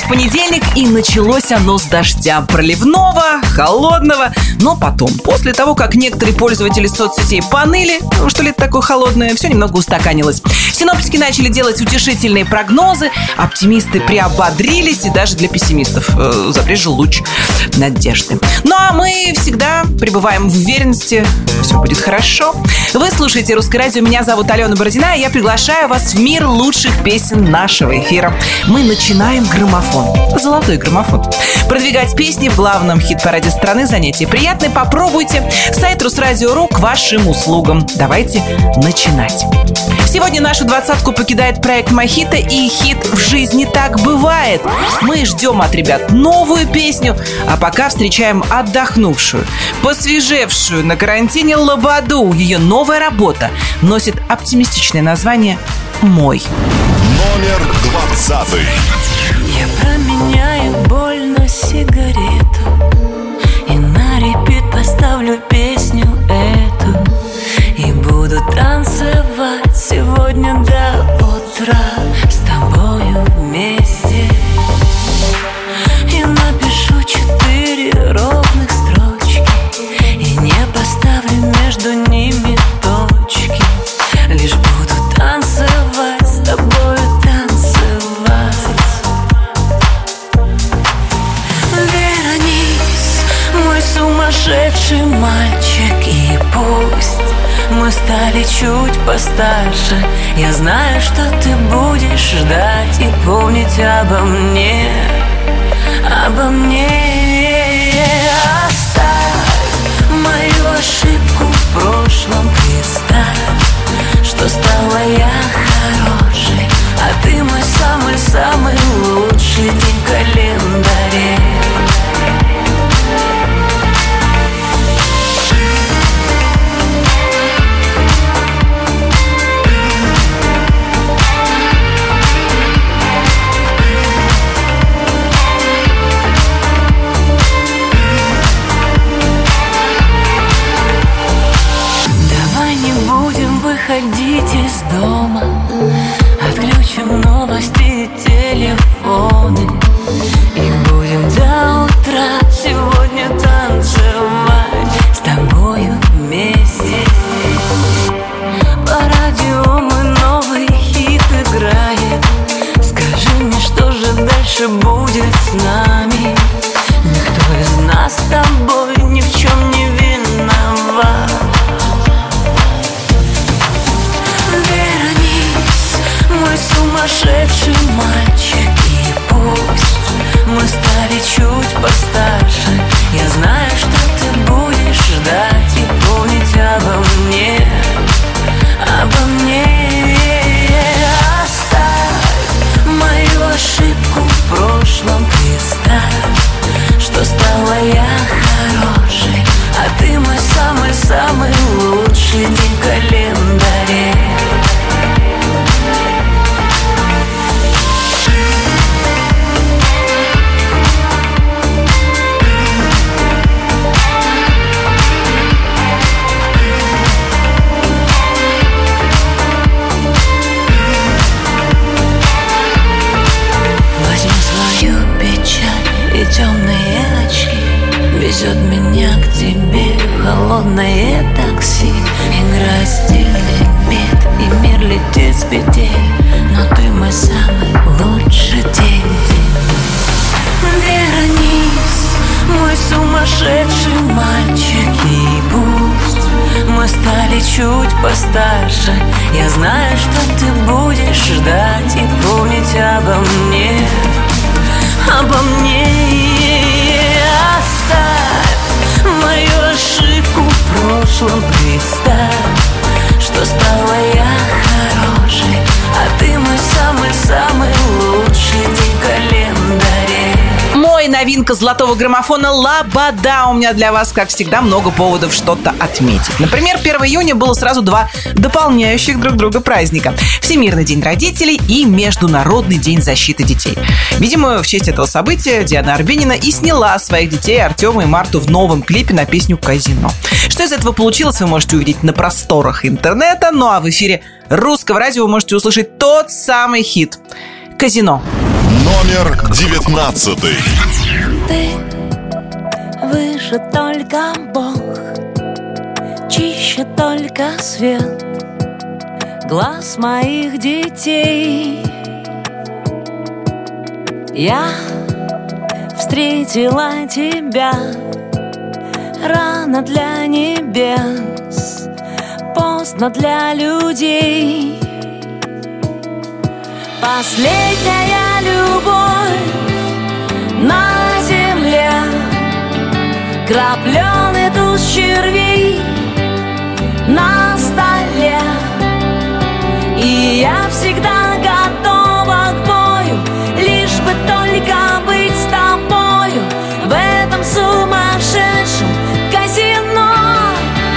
понедельник, и началось оно с дождя. Проливного, холодного. Но потом, после того, как некоторые пользователи соцсетей поныли, что лето такое холодное, все немного устаканилось. Синоптики начали делать утешительные прогнозы, оптимисты приободрились, и даже для пессимистов забрежил луч надежды. Ну а мы всегда пребываем в уверенности, все будет хорошо. Вы слушаете «Русское радио», меня зовут Алена Бородина, и я приглашаю вас в мир лучших песен нашего эфира. Мы начинаем граммофон, золотой граммофон. Продвигать песни в главном хит-параде страны занятие приятное. Попробуйте. Сайт Русрадио.ру к вашим услугам. Давайте начинать. Сегодня нашу двадцатку покидает проект Мохито и хит «В жизни так бывает». Мы ждем от ребят новую песню, а пока встречаем отдохнувшую, посвежевшую на карантине Лободу. Ее новая работа носит оптимистичное название «Мой». Номер 20. Я променяю боль на сигарету и на репит поставлю песню эту, и буду танцевать сегодня до утра с тобою вместе. И напишу 4 ровных строчки и не поставлю между ними точки. Лишь буду танцевать с тобою, танцевать. Вернись, мой сумасшедший мальчик, и пусть мы стали чуть постарше, я знаю, что ты будешь ждать и помнить обо мне, обо мне. Оставь мою ошибку в прошлом, представь, что стала я хорошей, а ты мой самый-самый лучший день в календаре. Выходить из дома, отключим новости и телефоны, и будем до утра сегодня танцевать с тобою вместе. По радио мы новый хит играем. Скажи мне, что же дальше будет с нами? Никто из нас с тобой ни в чем не виноват. Мой сумасшедший мальчик, и пусть мы стали чуть постарше, я знаю, что ты будешь ждать и помнить обо мне, обо мне. Оставь мою ошибку в прошлом, представь, что стала я хорошей, а ты мой самый-самый лучший день в календаре. Темные очки везет меня к тебе, холодное такси. Играет стильный бит, и мир летит с петель, но ты мой самый лучший день. Вернись, мой сумасшедший мальчик, и пусть мы стали чуть постарше, я знаю, что ты будешь ждать и помнить обо мне, обо мне. Оставь мою ошибку в прошлом, представь, что стала я хорошей, а ты мой самый-самый лучший день в календаре. Мой новинка золотого граммофона «Лобода». У меня для вас, как всегда, много поводов что-то отметить. Например, 1 июня было сразу 2 дополняющих друг друга праздника. Всемирный день родителей и Международный день защиты детей. Видимо, в честь этого события Диана Арбенина и сняла своих детей Артема и Марту в новом клипе на песню «Казино». Что из этого получилось, вы можете увидеть на просторах интернета. Ну а в эфире Русского радио вы можете услышать тот самый хит «Казино». Номер 19. Ты выше только Бог, чище только свет глаз моих детей. Я встретила тебя рано для небес, поздно для людей. Последняя любовь на земле, крапленый туз червей на столе. И я всегда готова к бою, лишь бы только быть с тобою в этом сумасшедшем казино.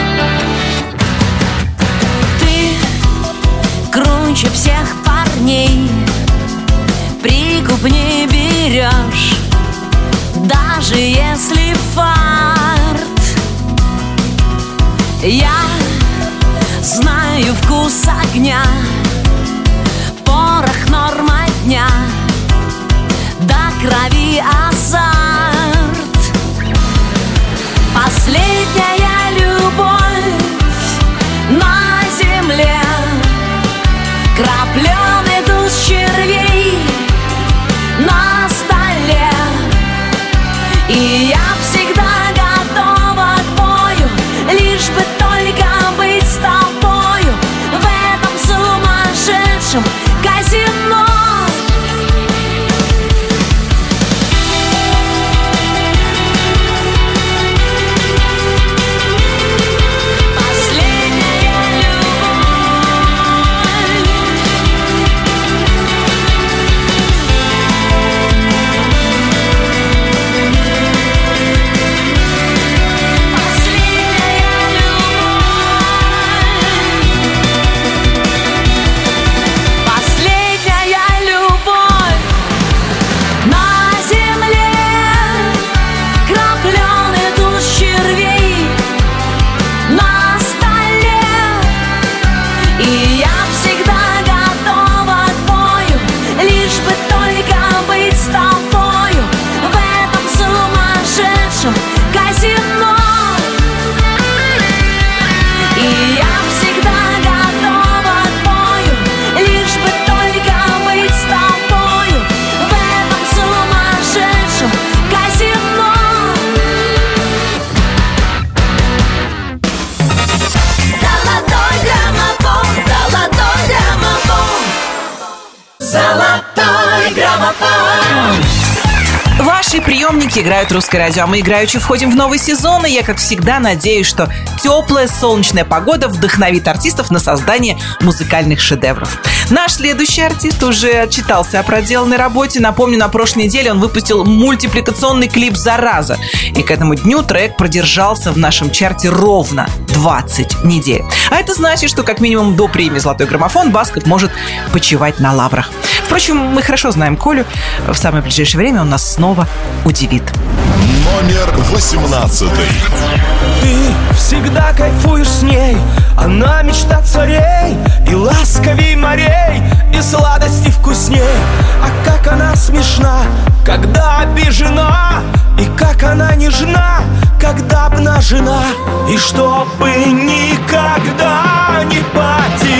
Ты круче всех парней, прикуп не берешь, даже если фарт. Я знаю вкус огня, порох норма дня, до крови азарт. Последняя любовь на земле, крапленый туз червей на столе. И я всегда готова к бою, лишь бы только быть с тобою в этом сумасшедшем казино. Ваши приемники играют русское радио, а мы играючи входим в новый сезон, и я, как всегда, надеюсь, что теплая солнечная погода вдохновит артистов на создание музыкальных шедевров. Наш следующий артист уже отчитался о проделанной работе. Напомню, на прошлой неделе он выпустил мультипликационный клип «Зараза». И к этому дню трек продержался в нашем чарте ровно 20 недель. А это значит, что как минимум до премии «Золотой граммофон» Басков может почивать на лаврах. Впрочем, мы хорошо знаем Колю. В самое ближайшее время он нас снова удивит. Номер 18. Ты всегда кайфуешь с ней, она мечта царей, и ласковей морей, и сладости вкусней. А как она смешна, когда обижена, и как она нежна, когда обнажена. И чтобы никогда не потерять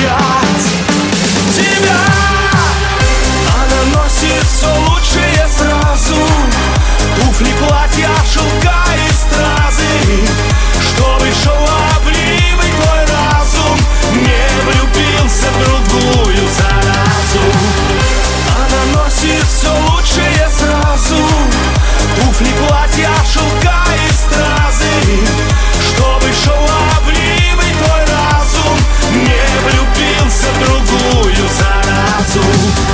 тебя, она носит все лучшее сразу: туфли, платья, шелка и стразы. Чтобы шаловливый твой разум не влюбился в другую заразу. Она носит все лучшее сразу: туфли, платья, шелка и стразы. Чтобы шаловливый твой разум не влюбился в другую заразу.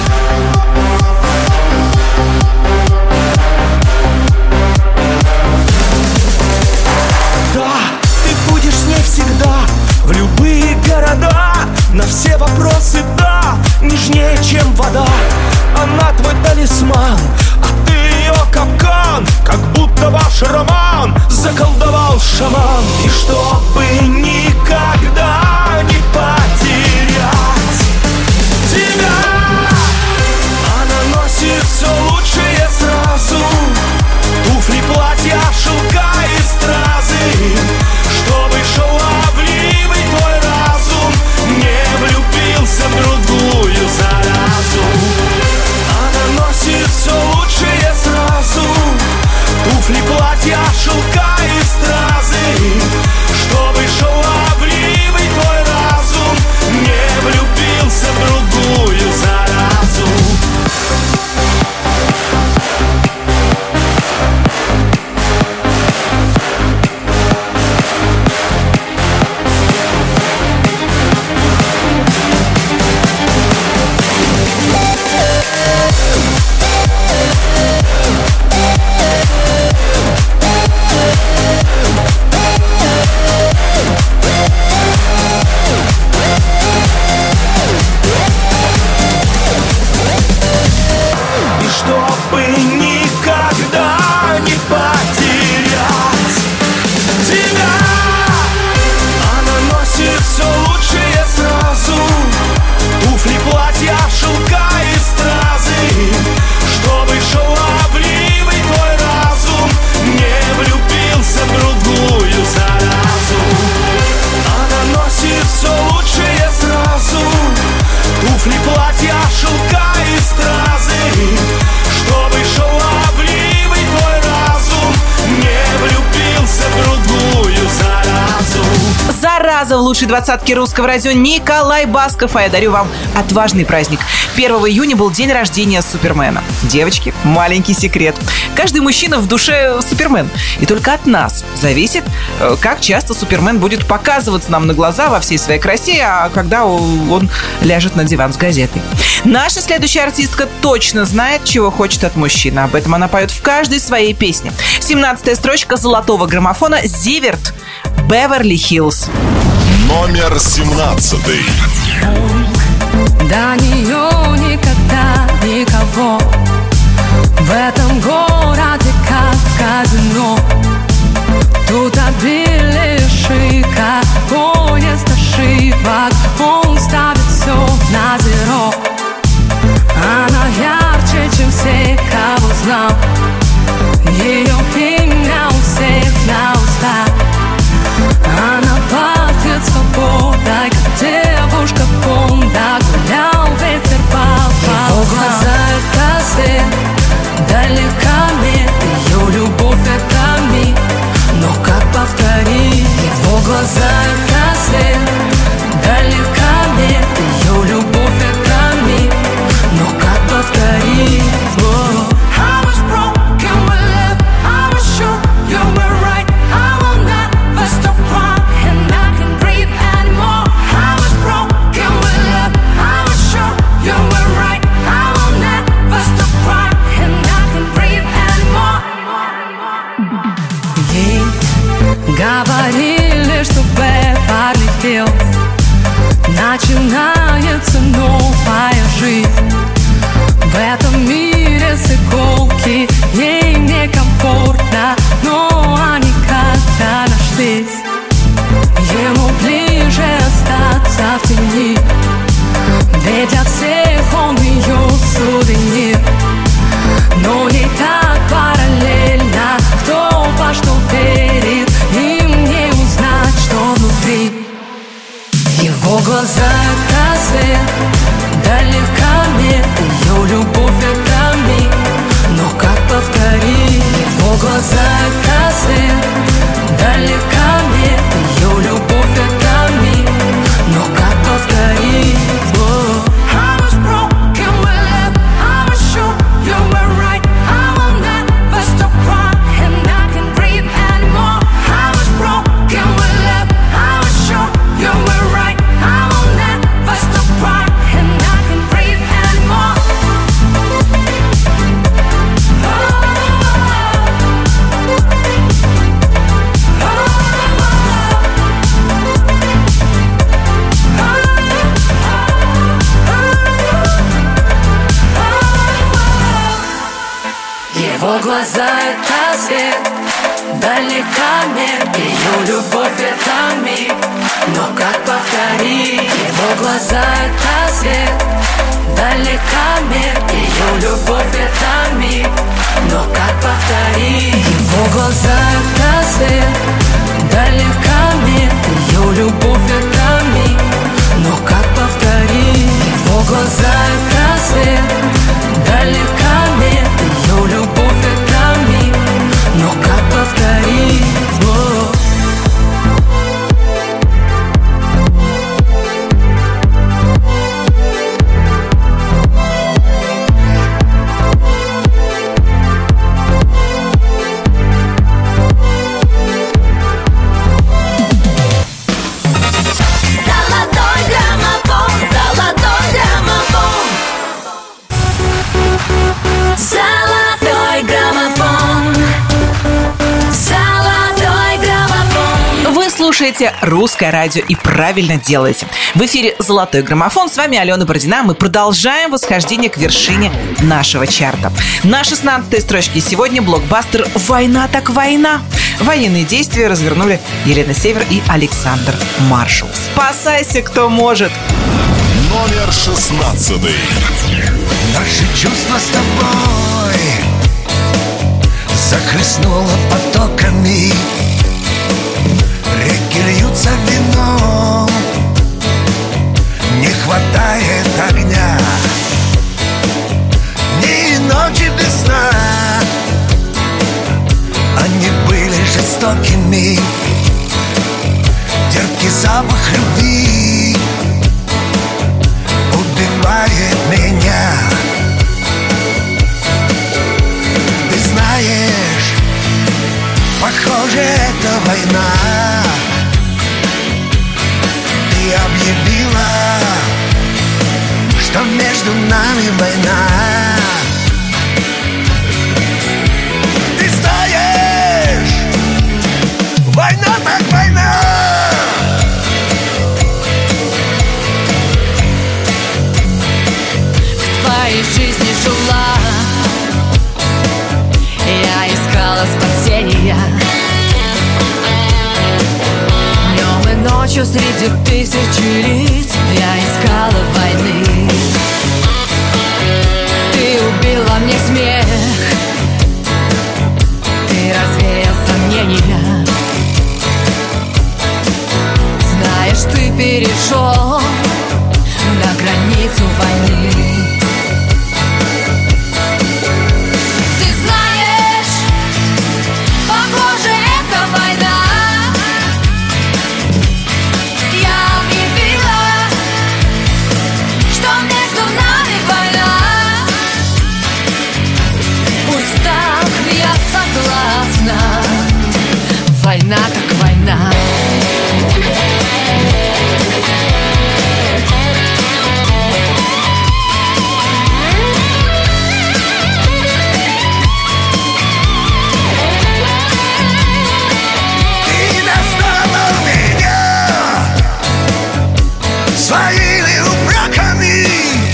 В любые города, на все вопросы да, нежнее, чем вода. Она твой талисман, а ты ее капкан, как будто ваш роман заколдовал шаман. И чтобы никогда не потерять тебя, она носит все раза в лучшей двадцатке русского радио Николай Басков, а я дарю вам отважный праздник. 1 июня был день рождения Супермена. Девочки, маленький секрет. Каждый мужчина в душе Супермен. И только от нас зависит, как часто Супермен будет показываться нам на глаза во всей своей красе, а когда он ляжет на диван с газетой. Наша следующая артистка точно знает, чего хочет от мужчины. Об этом она поет в каждой своей песне. 17-я строчка золотого граммофона «Зиверт», «Беверли-Хиллз». Номер 17. До нее никогда никого в этом городе, как в казино. Тут обилие шика, поезд ошибок, он ставит все на зеро. Она ярче, чем все, кого знал. Ее имя у всех на устах. Она пахнет свободой, как девушка Бонда. Гулял ветер по волнам. Его глаза — это свет, далека нет. Ее любовь — это миг, но как повторить? Его глаза — это свет, далека нет. Ее любовь — это миг, но как повторить? Говорили, что в Беверли-Хиллз начинается новая жизнь. В этом мире с иголки ей некомфортно, но они как-то нашлись. Ему ближе остаться в тени, ведь от всех он ее сувенир. Но ей так параллельно, кто во что верит, им не узнать, что внутри. Его глаза — это свет, далека нет. Ее любовь — это миг, но как повторить? Его глаза — это свет, далека нет. Ее любовь — это миг, но как повторить? Его глаза — это свет, далека нет. Ее любовь — это миг, но как повторить? Его глаза — это свет, далека нет. Ее любовь — это миг, но как повторить? Его глаза — это свет, далека нет. Ее любовь — это миг, но как повторить? Его глаза — это свет, далека нет. Ее любовь — это миг, но как повторить? Слушаете «Русское радио» и правильно делаете. В эфире «Золотой граммофон». С вами Алена Бородина. Мы продолжаем восхождение к вершине нашего чарта. На 16-й строчке сегодня блокбастер «Война так война». Военные действия развернули Елена Север и Александр Маршал. Спасайся, кто может. Номер 16. Наши чувства с тобой захлестнуло потоками. Реки льются вином, не хватает огня, дни и ночи без сна. Они были жестокими, терпкий запах война. Ты знаешь, война так война. В твоей жизни жила, я искала спасения. Днем и ночью среди тысячи лиц я искала войны. Ты убила мне смех, ты развеял сомнения. Знаешь, ты перешел на границу войны. Ты знаешь, похоже, это война. Я объявила, что между нами война. Пусть так, я согласна. Война так война. Своими упреками,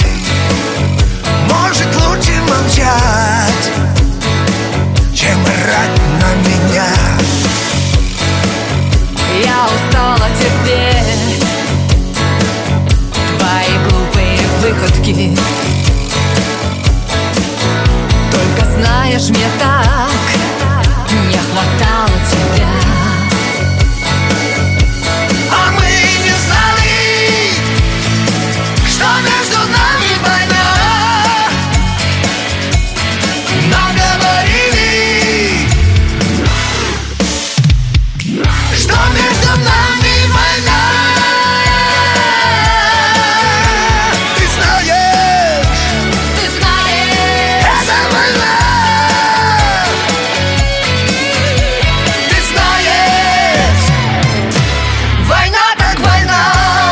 может, лучше молчать, чем орать на меня. Я устала терпеть твои глупые выходки. Только знаешь, мне так не хватало тебя. А мы не знали, что между нами война. Нам говорили, что между нами война. Ты знаешь, это война. Ты знаешь, война так война.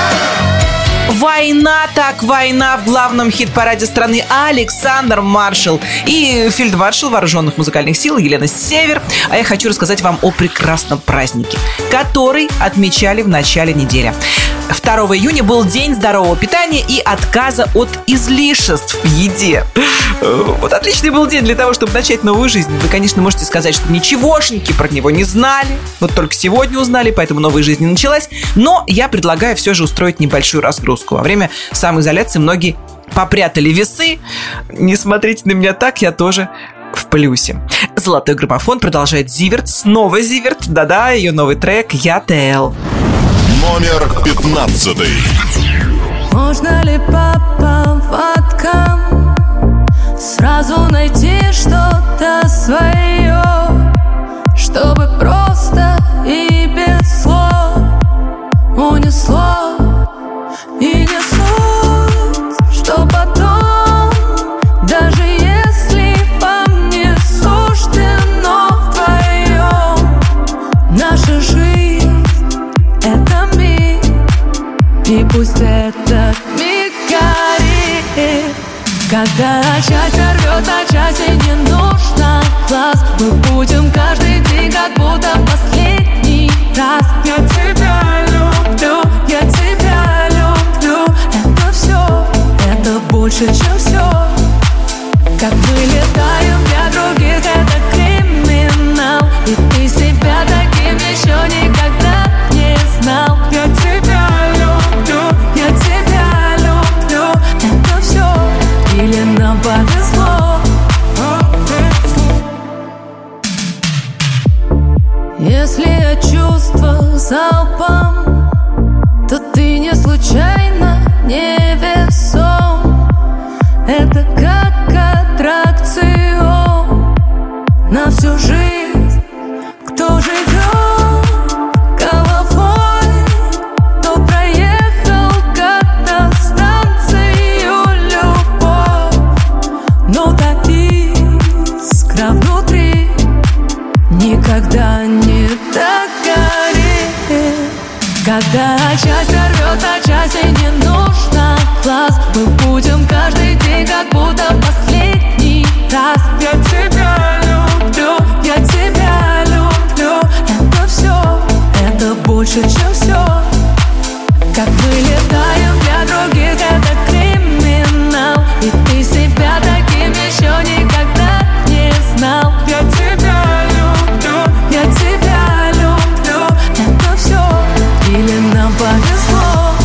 «Война так война» в главном хит-параде страны Александр Маршал и фельдмаршал Вооруженных музыкальных сил Елена Север. А я хочу рассказать вам о прекрасном празднике, который отмечали в начале недели. 2 июня был День здорового питания и отказа от излишеств в еде. Вот отличный был день для того, чтобы начать новую жизнь. Вы, конечно, можете сказать, что ничегошники про него не знали. Вот только сегодня узнали, поэтому новая жизнь не началась. Но я предлагаю все же устроить небольшую разгрузку. Во время самоизоляции многие попрятали весы. Не смотрите на меня так, я тоже в плюсе. Золотой граммофон продолжает Зиверт. Снова Зиверт. Да-да, ее новый трек «Я ТЛ». Номер 15. Можно ли по поводкам сразу найти что-то свое, чтобы просто и без слов унесло? И не суть, что потом, даже если вам не суждено вдвоем, наша жизнь — это миг, и пусть этот миг горит. Когда счастье рвет на части, не нужно глаз. Мы будем каждый день, как будто последний раз. Я тебя люблю, я тебя люблю. Это все, это больше, чем все. Как мы летаем для других, это криминал. И ты себя таким еще никогда не знал. Я тебя люблю, я тебя люблю. Это все, или нам повезло. Если я чувствовал залпом, то ты не случайно невесом. Это как аттракцион на всю жизнь. Кто живет головой, то проехал как-то станцию любовь. Но та искра внутри никогда не догорит. Когда часть рвет, а части не нужно глаз, мы будем каждый день как будто последний раз. Я тебя люблю, я тебя люблю. Это все, это больше, чем все. Как мы летаем для других, это криминал. И ты себя таким еще никогда не знал. Я тебя люблю, я тебя люблю. Это все, или нам повезло.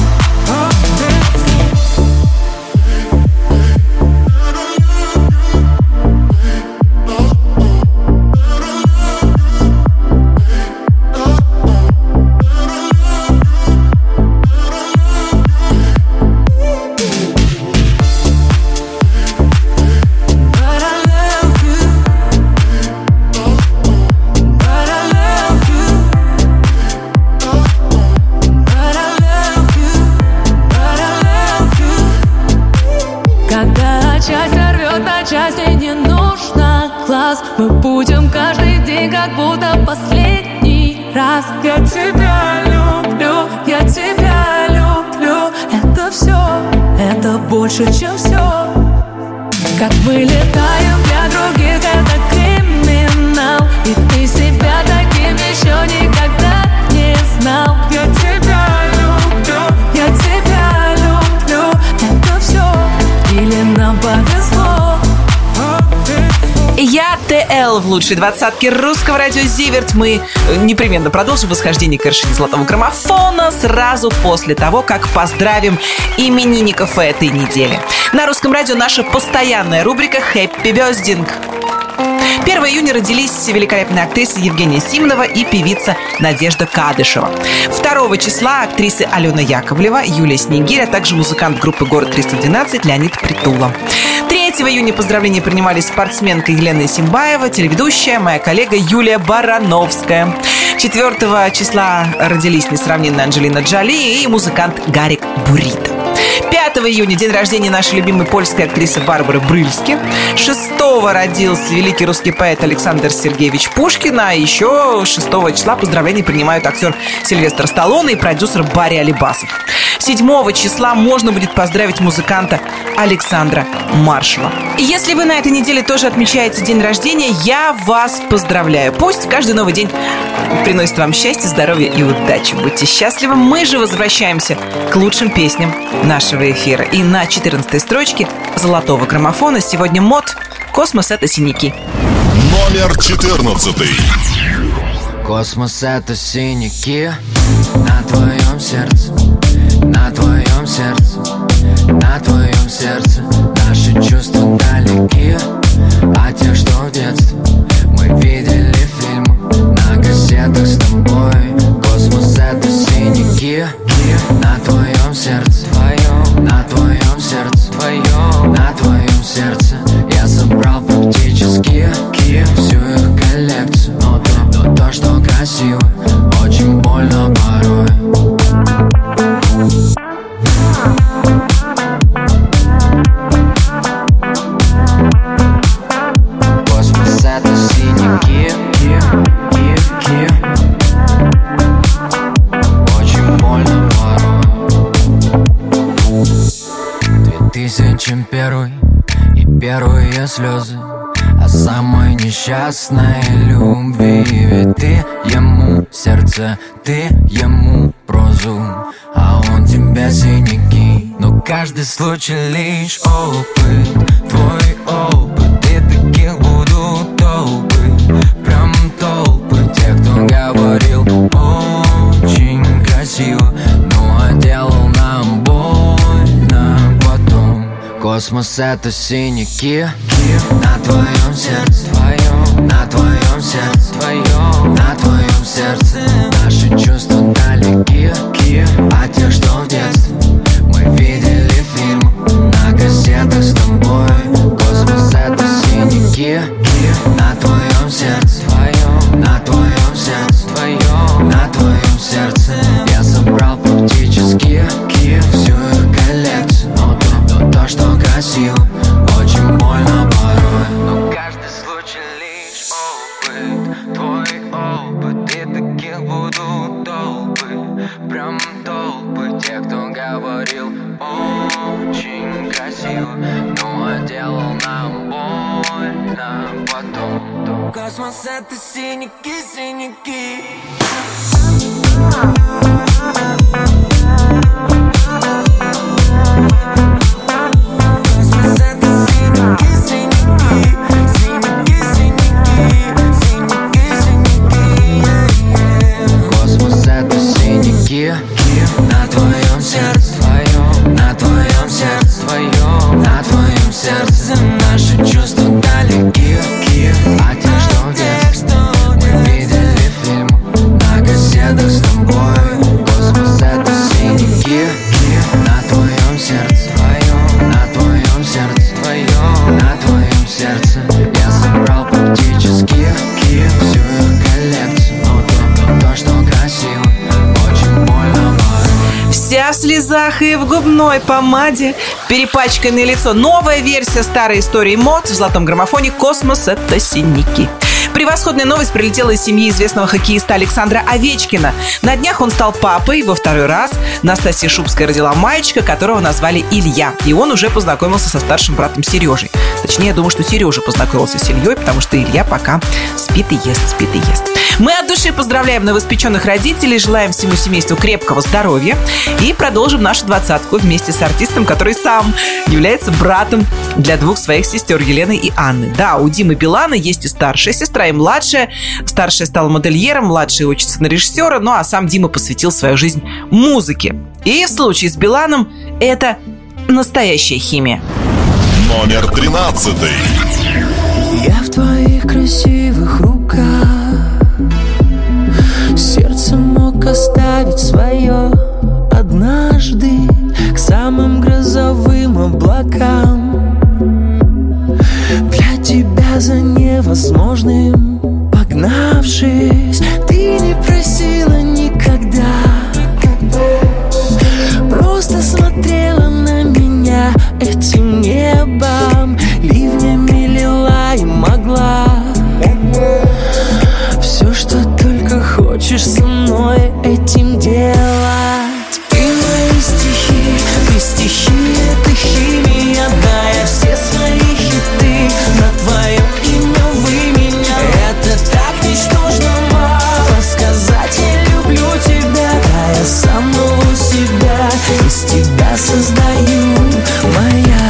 Части не нужно глаз, мы будем каждый день как будто последний раз. Я тебя люблю, я тебя люблю. Это все, это больше, чем все. Как мы летаем для других, это криминал. И ты себя таким еще никогда не знал. Я тебя люблю, я тебя люблю. Это все, или нам повезло. Я ТЛ в лучшей двадцатке русского радио Зиверт. Мы непременно продолжим восхождение к вершине золотого граммофона сразу после того, как поздравим именинников этой недели. На русском радио наша постоянная рубрика «Хэппи Бёздинг». 1 июня родились великолепная актриса Евгения Симонова и певица Надежда Кадышева. 2 числа актрисы Алена Яковлева, Юлия Снегирь, а также музыкант группы «Город 312» Леонид Притула. 3 июня поздравления принимали спортсменка Елена Исимбаева, телеведущая, моя коллега Юлия Барановская. 4 числа родились несравненная Анджелина Джоли и музыкант Гарик Бурито. 5 июня день рождения нашей любимой польской актрисы Барбары Брыльски. 6 родился великий русский поэт Александр Сергеевич Пушкин. А еще 6 числа поздравления принимают актер Сильвестр Сталлоне и продюсер Барри Алибасов. 7 числа можно будет поздравить музыканта Александра Маршала. И если вы на этой неделе тоже отмечаете день рождения, я вас поздравляю. Пусть каждый новый день приносит вам счастье, здоровье и удачи. Будьте счастливы. Мы же возвращаемся к лучшим песням нашего эфира. И на 14-й строчке золотого граммофона сегодня мод «Космос — это синяки». Номер 14. Космос — это синяки на твоем сердце, на твоем сердце, на твоем сердце. Наши чувства далеки от тех, что в детстве мы видели фильмы на кассетах с тобой. Космос — это синяки на твоем сердце, на твоем сердце, на твоем сердце. Я собрал практически всю их коллекцию, но то, что красиво, очень больно порой. Космос — это синяки, очень больно порой. 2001 и первые слезы о самой несчастной любви. Ведь ты ему сердце, ты ему прозу, а он тебе синяки. Но каждый случай лишь опыт, твой опыт. И таких будут толпы, прям толпы. Тех, кто говорил очень красиво, но делал нам больно потом. Космос — это синяки на твоем сердце, на твоем сердце, на твоем сердце. Наши чувства далеки от тех, что в детстве мы видели фильм на кассетах с тобой. Космос — это синяки на твоем сердце, на твоем сердце, на твоем сердце. Я собрал практически всю их коллекцию, но то, что красиво, очень больно порой. Но каждый случай лишь опыт, твой опыт. И таких будут толпы, Прям толпы тех, кто говорил очень красиво, но делал нам больно потом. Космос — это синяки, синяки. Космос — это синяки, синяки. Синяки, синяки, синяки, синяки. Космос — это синяки на твоем сердце, твоем, на твоем сердце, твоем, на твоем сердце. Наши чувства далеки от тех, что в детстве мы видели фильм на кассетах с тобой. Космос — это синяки на твоем сердце, твоем, на твоем сердце, твоем, на твоем сердце. Я собрал практически всю их коллекцию, но то, что красиво, очень больно порой. Вся в слезах и в губной помаде, перепачканное лицо. Новая версия старой истории мод в золотом граммофоне «Космос — это синяки». Превосходная новость прилетела из семьи известного хоккеиста Александра Овечкина. На днях он стал папой во второй раз. Настасья Шубская родила мальчика, которого назвали Илья. И он уже познакомился со старшим братом Сережей. Точнее, я думаю, что Сережа познакомился с Ильей, потому что Илья пока спит и ест, спит и ест. Мы от души поздравляем новоиспеченных родителей, желаем всему семейству крепкого здоровья и продолжим нашу двадцатку вместе с артистом, который сам является братом для двух своих сестер Елены и Анны. Да, у Димы Билана есть и старшая сестра, и младшая. Старшая стала модельером, младшая учится на режиссера, ну а сам Дима посвятил свою жизнь музыке. И в случае с Биланом это настоящая химия. Номер 13. Я в твоих красивых руках, сердце мог оставить свое однажды к самым грозовым облакам. Для тебя за невозможным погнавшись, ты не просила никогда, просто смотрела на меня этим небом, ливнями лила и могла. Все, что только хочешь со мной этим делать. Ты мои стихи, ты стихи, это химия. Да, я все свои хиты на твое имя вы меня. Это так ничтожно мало сказать я люблю тебя. Да, я самого себя из тебя создаю, моя.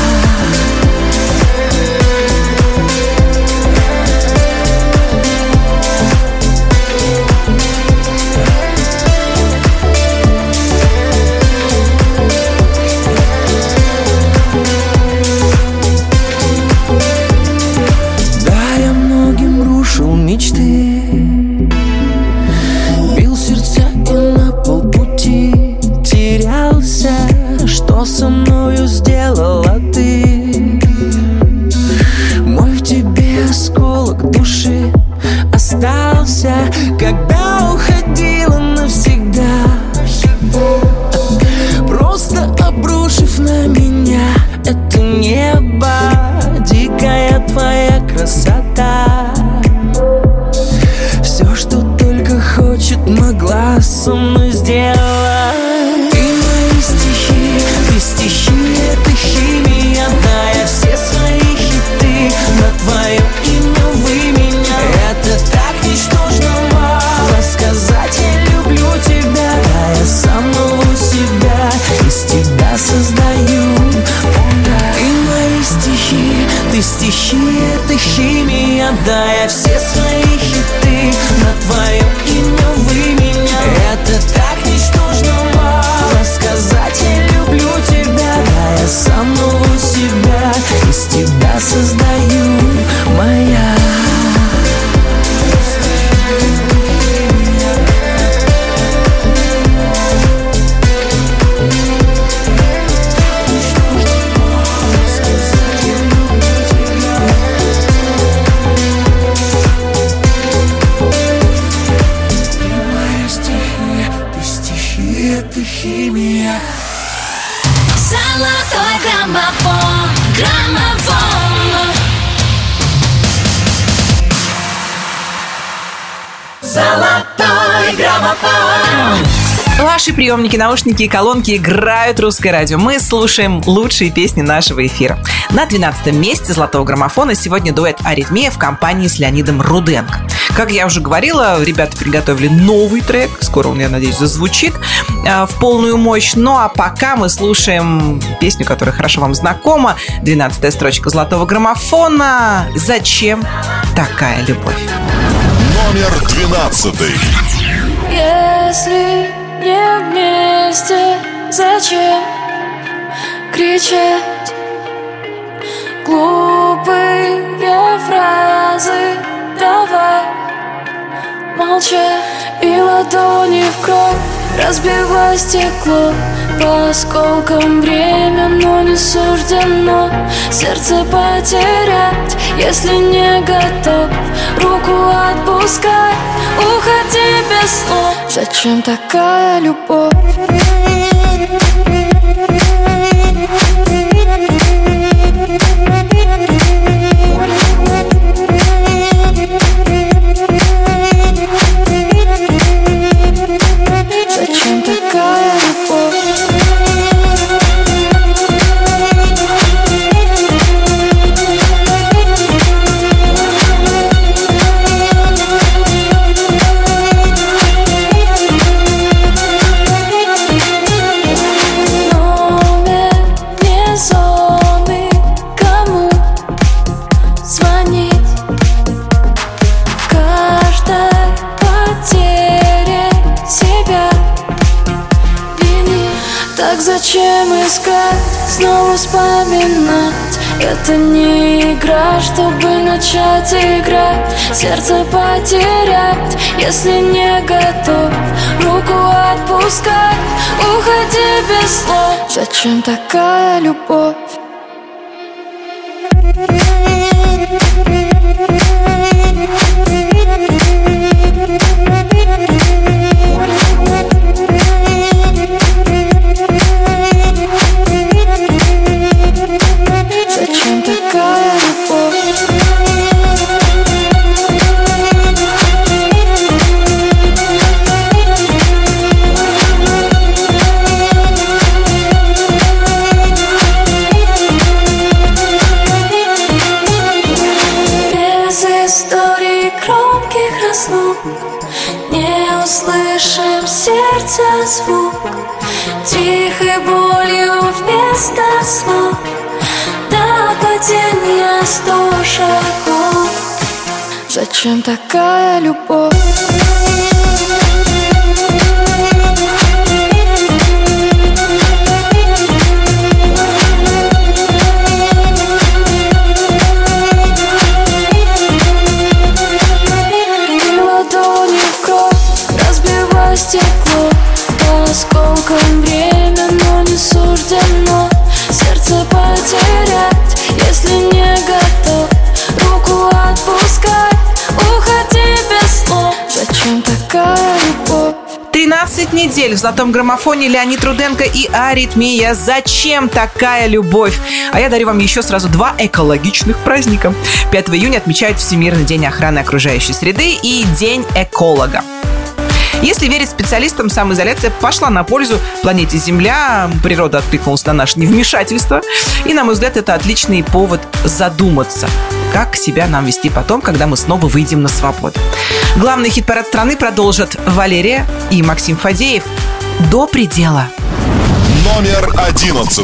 Мечты, бил сердца и на полпути терялся. Что со мною сделала ты? Мой в тебе осколок души остался, когда уходила навсегда, просто обрушив на меня это небо. Дикая твоя красота, все, что только хочет, могла со мной сделать. Ты мои стихи, ты стихи, это химия. Да, я все свои хиты на твое имя вы меня. Это так ничтожно мало сказать я люблю тебя. Да, я самого себя из тебя создаю. Ты мои стихи, ты стихи, это химия. Да, я все свои хиты на твое имя вы меня. Это так ничтожно мало сказать я люблю тебя. Да, я самого себя из тебя создаю, моя. Золотой граммофон, граммофон. Золотой граммофон. Ваши приемники, наушники и колонки играют русское радио. Мы слушаем лучшие песни нашего эфира. На 12-м месте золотого граммофона сегодня дуэт «Аритмия» в компании с Леонидом Руденко. Как я уже говорила, ребята приготовили новый трек. Скоро он, я надеюсь, зазвучит в полную мощь. Ну а пока мы слушаем песню, которая хорошо вам знакома. 12-я строчка золотого граммофона. «Зачем такая любовь?» Номер 12. Если не вместе, зачем кричать глупые фразы? Давай молчать и ладони в кровь, разбивай стекло по осколкам. Время, но не суждено сердце потерять. Если не готов, руку отпускай, уходи без слов. Зачем такая любовь? Зачем такая любовь? Зачем искать, снова вспоминать? Это не игра, чтобы начать играть, сердце потерять. Если не готов, руку отпускай, уходи без слов. Зачем такая любовь? Не услышим сердца звук, тихой болью вместо слов. До падения 100 шагов. Зачем такая любовь? Стекло по осколкам. Время, но не суждено сердце потерять. Если не готов, руку отпускай, уходи без слов. Зачем такая любовь? 13 недель в золотом граммофоне Леонид Руденко и Аритмия. Зачем такая любовь? А я дарю вам еще сразу 2 экологичных праздника. 5 июня отмечают Всемирный день охраны окружающей среды и День эколога. Если верить специалистам, самоизоляция пошла на пользу планете Земля, природа откликнулась на наше невмешательство, и, на мой взгляд, это отличный повод задуматься, как себя нам вести потом, когда мы снова выйдем на свободу. Главный хит-парад страны продолжат Валерия и Максим Фадеев «До предела». Номер 11.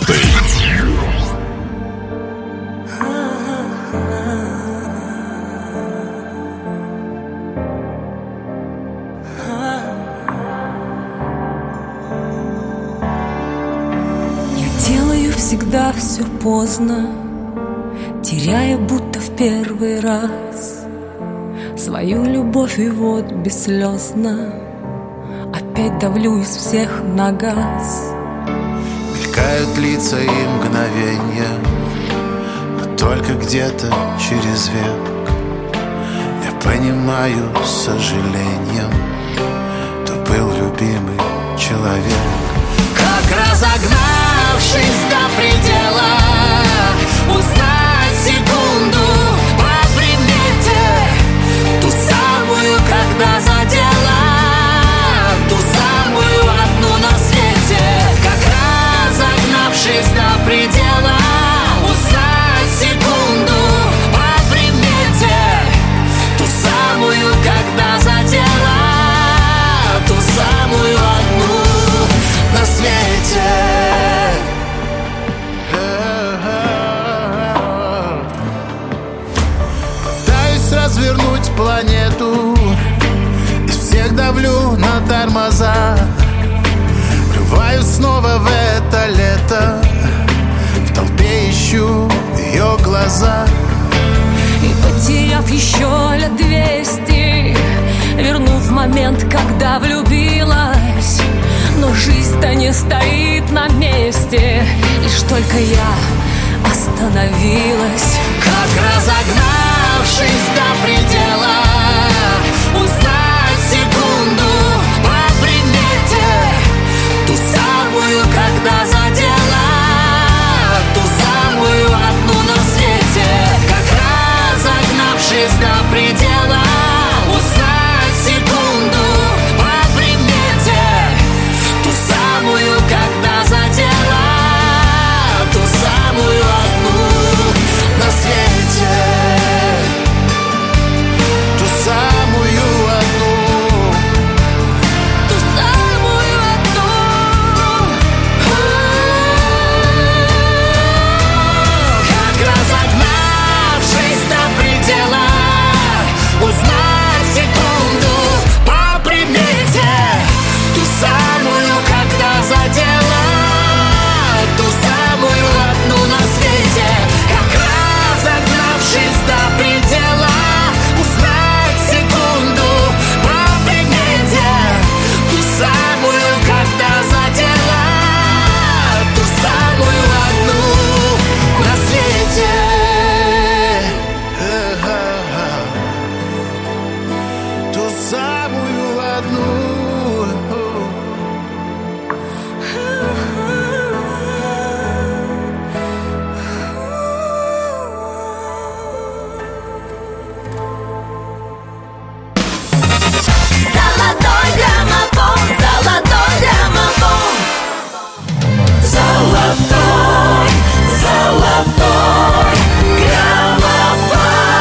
Всегда все поздно, теряя будто в первый раз свою любовь, и вот бесслезно опять давлю из всех на газ. Мелькают лица и мгновенья, но только где-то через век я понимаю с сожалением, кто был любимый человек. Как разогнавшись до предела, узнать секунду по примете, ту самую, когда задела, ту самую одну тормоза. Врываюсь снова в это лето, в толпе ищу ее глаза. И потеряв еще лет 200, вернув момент, когда влюбилась, но жизнь-то не стоит на месте. Лишь только я остановилась, как разогнавшись до предела, узнать секунду по примете, ту самую, когда задела, ту самую одну на свете. Как разогнавшись до предела, узнать секунду по примете, ту самую, когда задела, ту самую одну на свете. Ту самую одну, ту самую одну. Как разогнавшись до предела, узнать секунду по примете, ту самую, когда задела, ту самую одну на свете. Как разогнавшись до предела, узнать секунду по примете, ту самую, когда задела, ту самую одну на свете. Ту самую одну. Золотой граммофон, золотой граммофон. Золотой, золотой граммофон.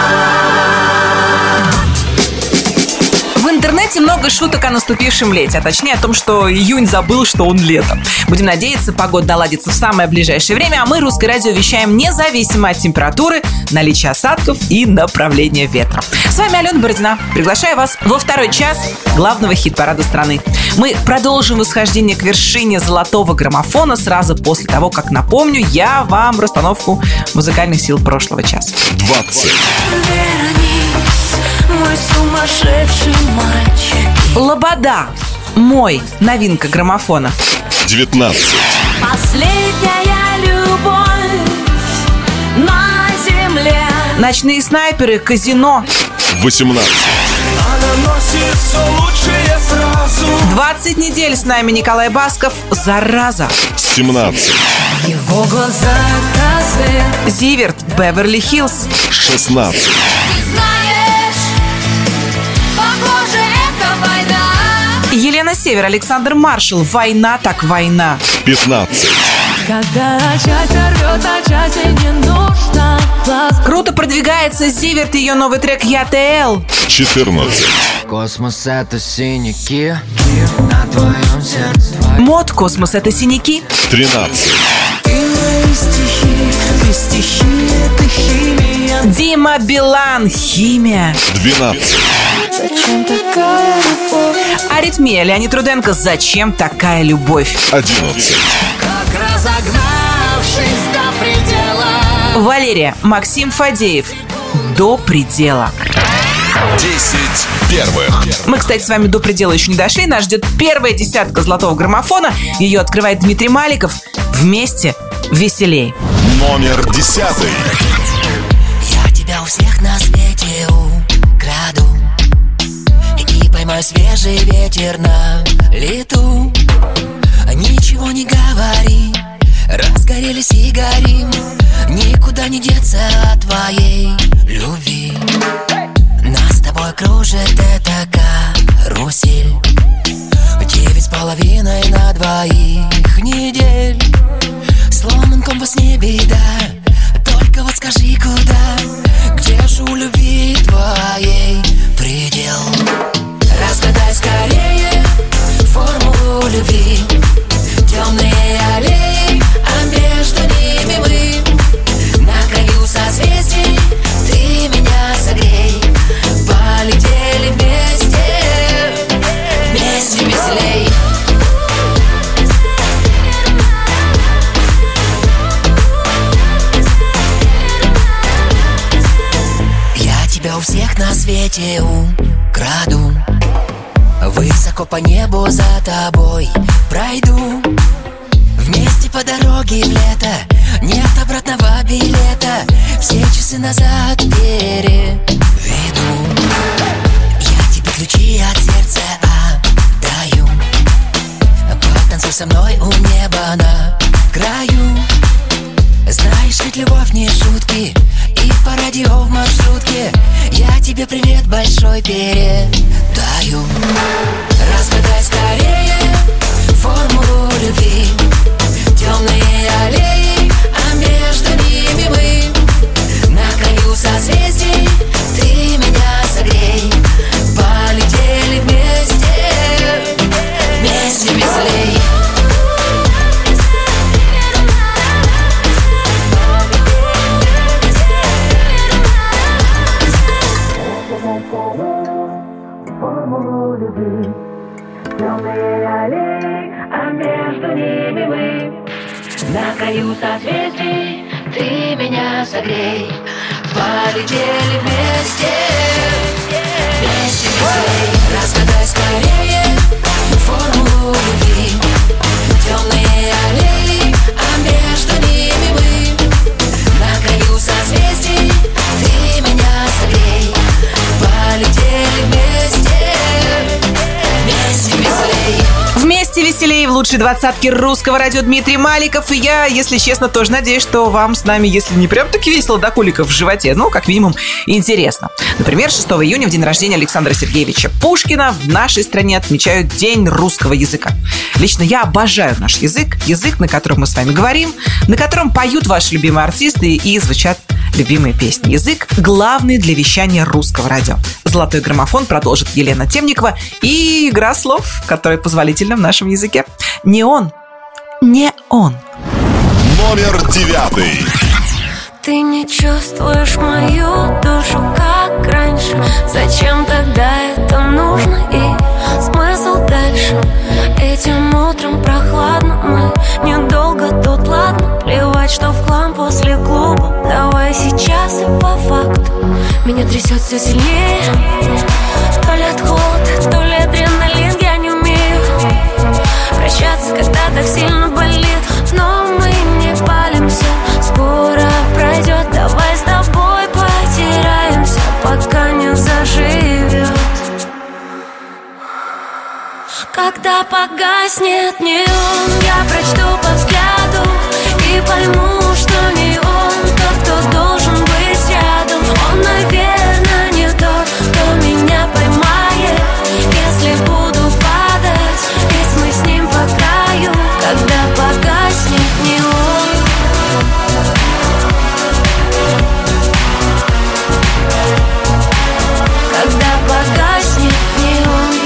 В интернете много шуток о наступившем лете, а точнее о том, что июнь забыл, что он лето. Будем надеяться, погода наладится в самое ближайшее время, а мы, Русское радио, вещаем независимо от температуры, наличия осадков и направления ветра. С вами Алена Бородина. Приглашаю вас во второй час главного хит-парада страны. Мы продолжим восхождение к вершине золотого граммофона сразу после того, как напомню я вам расстановку музыкальных сил прошлого часа. 20. Вернись, мой сумасшедший мальчик. Лобода. Мой. Новинка граммофона. 19. Последняя любовь на земле. Ночные снайперы. Казино. 18. Она носит все лучшее сразу. 20 недель с нами Николай Басков. Зараза. 17. его глаза красные. Зиверт. Беверли-Хиллз. 16. Ты знаешь, похоже, это война. Елена Север. Александр Маршал. Война так война. 15. Когда часть рвет, а часть не нужно. Круто продвигается Зиверт и ее новый трек «Я ТЛ». 14. Космос — это синяки на твоем сердце. Мод «Космос — это синяки». 13. Ты мои стихи, ты стихи, это химия. Дима Билан. «Химия». 12. Зачем такая любовь? Аритмия. Леонид Руденко. «Зачем такая любовь». 11. Как разогнавшись до предела. Валерия. Максим Фадеев. «До предела». 10 первых. Мы, кстати, с вами до предела еще не дошли. Нас ждет первая десятка золотого граммофона. Ее открывает Дмитрий Маликов. Вместе веселей. Номер 10. Я тебя у всех на свете украду и поймаю свежий ветер на лету. Ничего не говори, разгорелись и горим. Никуда не деться от твоей любви. Нас с тобой кружит эта карусель. 9,5 на 2 недель. Сломан компас, не беда, только вот скажи, куда? Где же у любви твоей предел? Разгадай скорее формулу любви. Темные аллеи, а между ними мы. На краю созвездий ты меня согрей. Полетели вместе, вместе веселей. на свете украду. Высоко по небу за тобой пройду. Вместе по дороге в лето, нет обратного билета. Все часы назад переведу. Я тебе ключи от сердца отдаю. Потанцуй со мной у неба на краю. Знаешь, ведь любовь не шутки. И по радио в маршрутке я тебе привет большой передаю. Разгадай скорее формулу любви. Темные аллеи, а между ними мы. На краю созвездий ты меня согрей. Полетели вместе, вместе веселей. Темные аллеи, а между ними мы. На краю созвездий ты меня согрей. Полетели вместе, вместе веселей. Разгадай скорее формулу любви. Темные аллеи, а между ними мы. На краю созвездий ты меня согрей. Полетели вместе, вместе веселей. Вместе веселее в лучшей двадцатке русского радио Дмитрий Маликов. И я, если честно, тоже надеюсь, что вам с нами, если не прям таки весело до коликов в животе, но как минимум интересно. Например, 6 июня в день рождения Александра Сергеевича Пушкина в нашей стране отмечают День русского языка. Лично я обожаю наш язык, язык, на котором мы с вами говорим, на котором поют ваши любимые артисты и звучат любимые песни. Язык главный для вещания русского радио. Золотой граммофон продолжит Елена Темникова и игра слов, которая позволительна в нашем языке. Не он, не он. Номер 9. Ты не чувствуешь мою душу, как раньше. Зачем тогда это нужно и смысл дальше? Этим утром прохладно, мы недолго тут, ладно. Плевать, что в хлам после клуба. Давай сейчас и по факту. Меня трясет все сильнее. То ли от холода, то ли адреналин. Я не умею прощаться, когда так сильно болит. Но мы не палимся, скоро пройдет. Давай с тобой потеряемся, пока не заживет. Когда погаснет неон, я прочту по взгляду и пойму, что не он тот, кто должен быть рядом. Он, наверное, не тот, кто меня поймает, если буду падать, ведь мы с ним по краю. Когда погаснет неон, когда погаснет неон.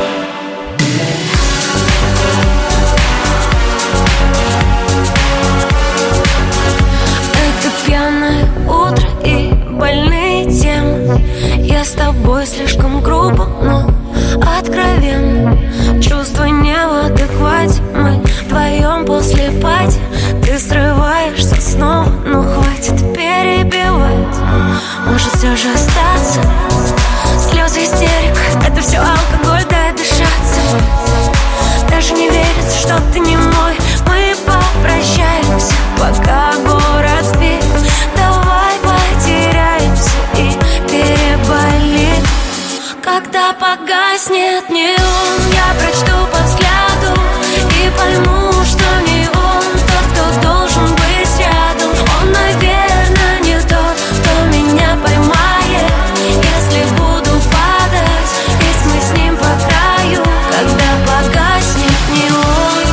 Это пьяное утро и больные темы. Я с тобой слишком грубо, но откровенно. Чувства не в адеквате, мы вдвоем после пати. Ты срываешься снова, ну хватит перебивать. Может все же остаться, слезы, истерик, это все алкоголь, дай дышаться. Даже не верится, что ты не мой. Мы попрощаемся, пока город спит. Давай потеряемся и переболим. Когда погаснет неон, я прочту по взгляду и пойму, что не он тот, кто должен быть рядом. Он, наверное, не тот, кто меня поймает, если буду падать, ведь мы с ним по краю. Когда погаснет неон,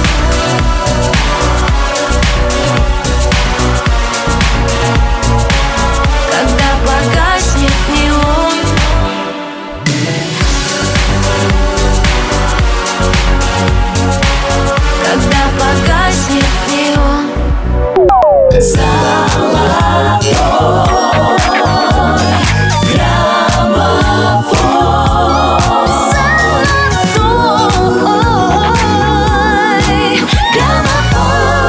когда погаснет неон, когда погаснет неон. Золотой граммофон,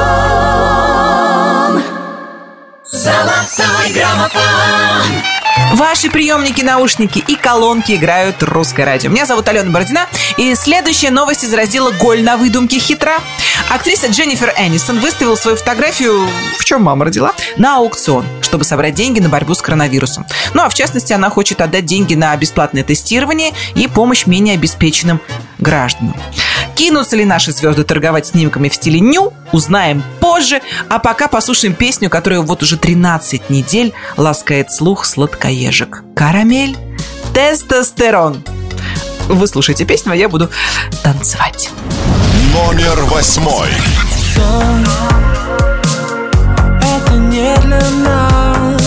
золотой граммофон. Ваши приемники, наушники и колонки играют русское радио. Меня зовут Алена Бородина, и следующая новость из раздела «Голь на выдумке хитра». Актриса Дженнифер Энистон выставила свою фотографию, в чем мама родила, на аукцион, чтобы собрать деньги на борьбу с коронавирусом. Ну а в частности, она хочет отдать деньги на бесплатное тестирование и помощь менее обеспеченным гражданам. Кинутся ли наши звезды торговать снимками в стиле ню, узнаем позже. А пока послушаем песню, которая вот уже 13 недель ласкает слух сладкоежек. «Карамель», «Тестостерон». Вы слушаете песню, а я буду танцевать. Номер 8. Это не для нас,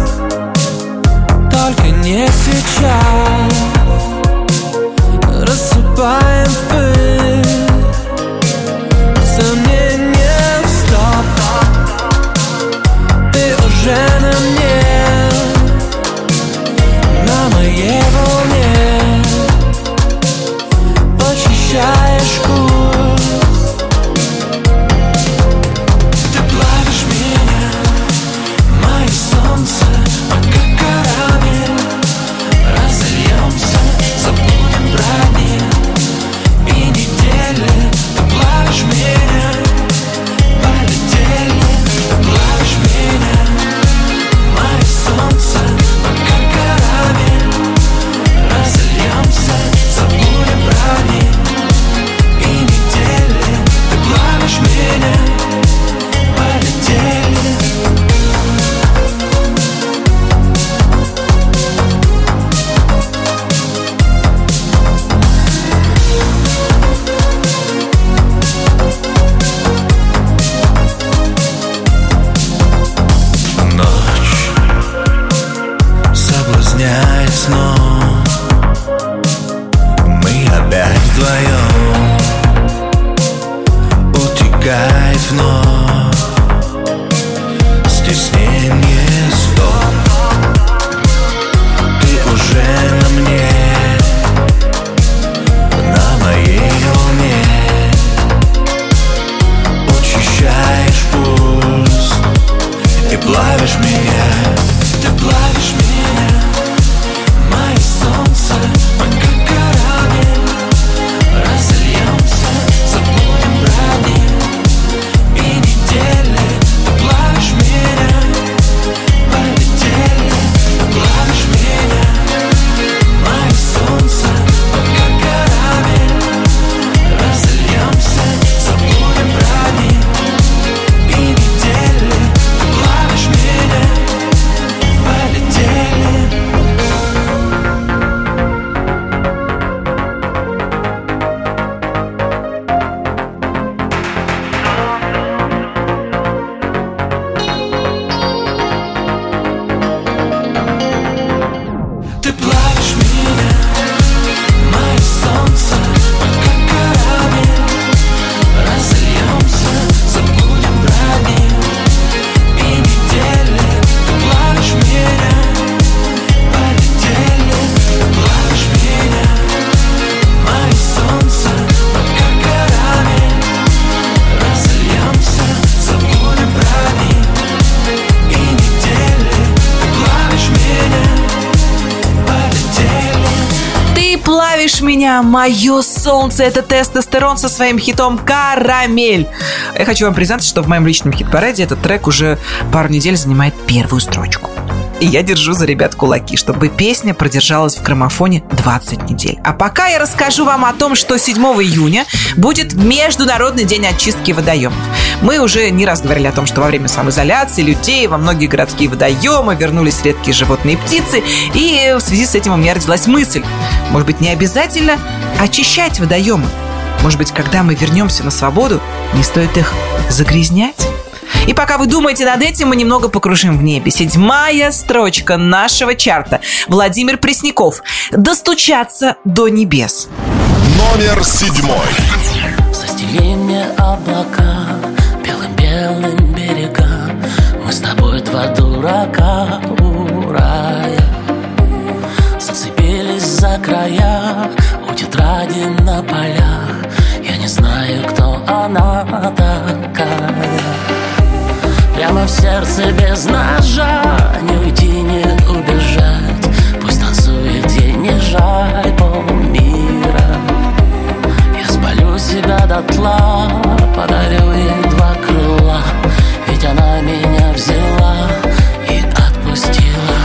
только не сейчас. Рассыпаем в пыль сомнения в стоп. Ты уже на мне, на моей волне. Почищаешь курс. Ты плавишь меня, мое солнце, как карамель. Разольемся, забудем про них и недели. Ты плавишь меня, полетели. Ты плавишь меня, мое солнце, как карамель. Разольемся, забудем про них и недели. Ты плавишь меня, полетели. Ночь соблазняет сном. Мы опять вдвоем. Утекает вновь стеснение стоп. Ты уже на мне, на моей волне. Учащаешь пульс и плавишь меня. Ты плавишь меня, мое солнце, как карамель. Разольемся, забудем про них и недели. Ты плавишь меня, полетели. Ты плавишь меня, мое солнце, как карамель. Разольемся, забудем про них и недели. Ты плавишь меня, полетели. Ты плавишь меня, мое солнце, как карамель. Разольемся, забудем про них и недели. Ты плавишь меня, полетели. Ты плавишь меня, мое солнце, как карамель. Разольемся, забудем про них и недели. Ты плавишь меня, полетели. Ты плавишь меня, мое солнце. Это Тестостерон со своим хитом «Карамель». Я хочу вам признаться, что в моем личном хит-параде этот трек уже пару недель занимает первую строчку. И я держу за ребят кулаки, чтобы песня продержалась в граммофоне 20 недель. А пока я расскажу вам о том, что 7 июня будет Международный день очистки водоемов. Мы уже не раз говорили о том, что во время самоизоляции людей во многие городские водоемы вернулись редкие животные и птицы. И в связи с этим у меня родилась мысль: может быть, не обязательно очищать водоемы? Может быть, когда мы вернемся на свободу, не стоит их загрязнять? И пока вы думаете над этим, мы немного покружим в небе. 7-я строчка нашего чарта. Владимир Пресняков. «Достучаться до небес». Номер 7. Застели мне облака белым-белым берегам. Мы с тобой два дурака у рая. Зацепились за края у тетради на полях. Я не знаю, кто она такая. Прямо в сердце без ножа, не уйти, не убежать. обижай полмира. Я спалю себя дотла, подарю ей 2 крыла, ведь она меня взяла и отпустила.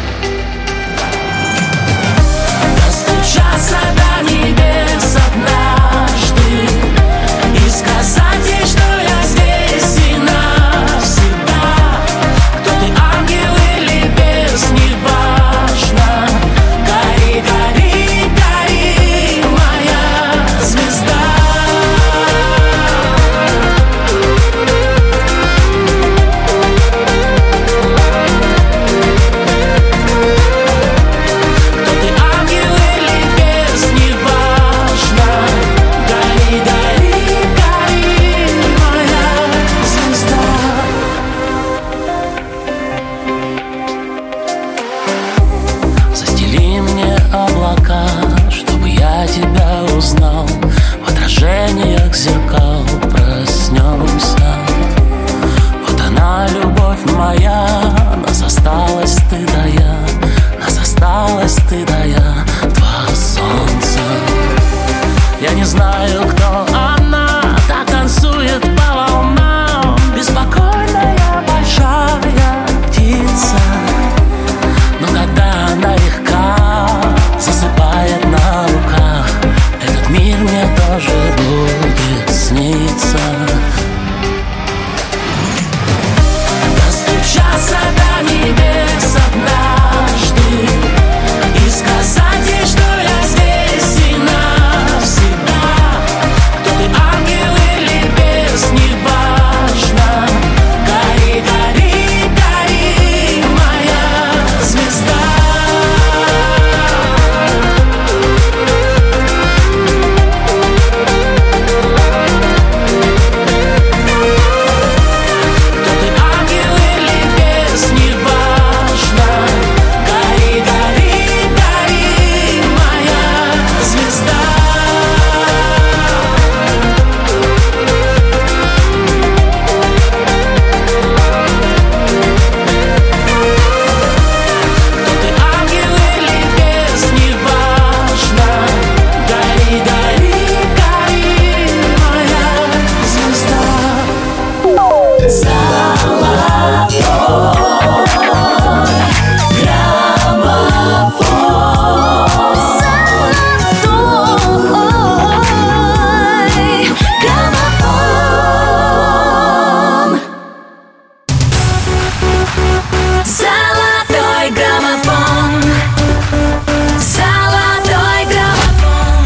Достучаться до небес однажды и сказать ей, что я здесь и навсегда. Кто ты, ангел или бес, неважно. Гори, гори, гори, моя звезда. Кто ты, ангел или бес, неважно. Гори, гори, гори, моя звезда. Застели мне облака, чтобы я тебя узнал. В отражениях зеркал проснемся. Вот она, любовь моя, нас осталось ты да я, нас осталось ты да я, 2 солнца. Я не знаю, кто она, так танцует по волнам, беспокойная большая птица. Но когда она легка, засыпает на руках, этот мир мне тоже будет сниться. Достучаться до небес однажды и сказать ей, что я здесь и навсегда. Кто ты, ангел или бес, неважно. Гори, гори, гори, моя звезда. Кто ты, ангел или бес, неважно. Гори, гори, гори, моя звезда. Кто ты, ангел или бес, неважно. Гори, гори, гори, моя звезда. Золотой граммофон. Золотой граммофон.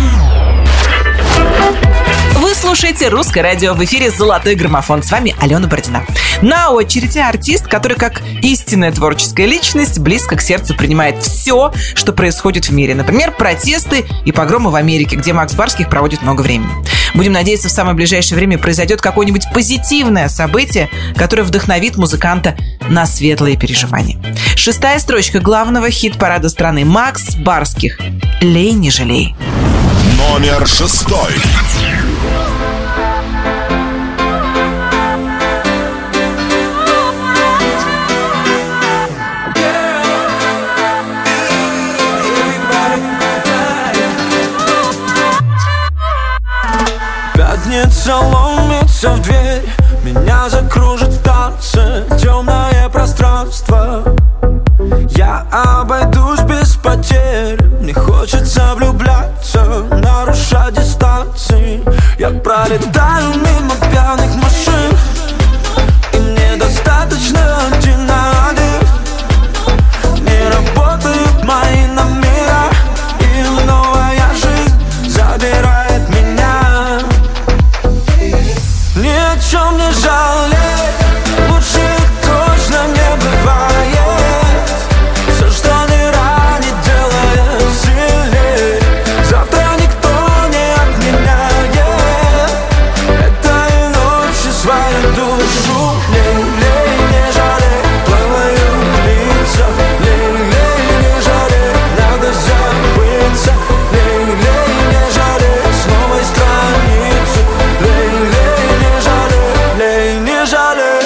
Вы слушаете «Русское радио», в эфире «Золотой граммофон». С вами Алена Бородина. На очереди артист, который, как истинная творческая личность, близко к сердцу принимает все, что происходит в мире. Например, протесты и погромы в Америке, где Макс Барских проводит много времени. Будем надеяться, в самое ближайшее время произойдет какое-нибудь позитивное событие, которое вдохновит музыканта на светлые переживания. 6-я строчка главного хит-парада страны. Макс Барских. «Лей, не жалей». Номер 6. Пятница ломится в дверь, меня закружит в танце темное пространство. Я обойдусь без потерь, мне хочется влюбляться, нарушать дистанции. Я пролетаю мимо пьяных машин, и мне достаточно 1 на 1. Не работают мои номера, и новая жизнь забирает меня. Ни о чем не жалей, лучше точно не бывает. Все, что не ранит, делает сильней. Завтра никто не отменяет этой ночи свою душу. Лей, лей, не жалей, плаваю лица. Лей, лей, не жалей, надо забыться. Лей, лей, не жалей, с новой страницы. Лей, лей, не жалей, лей, не жалей.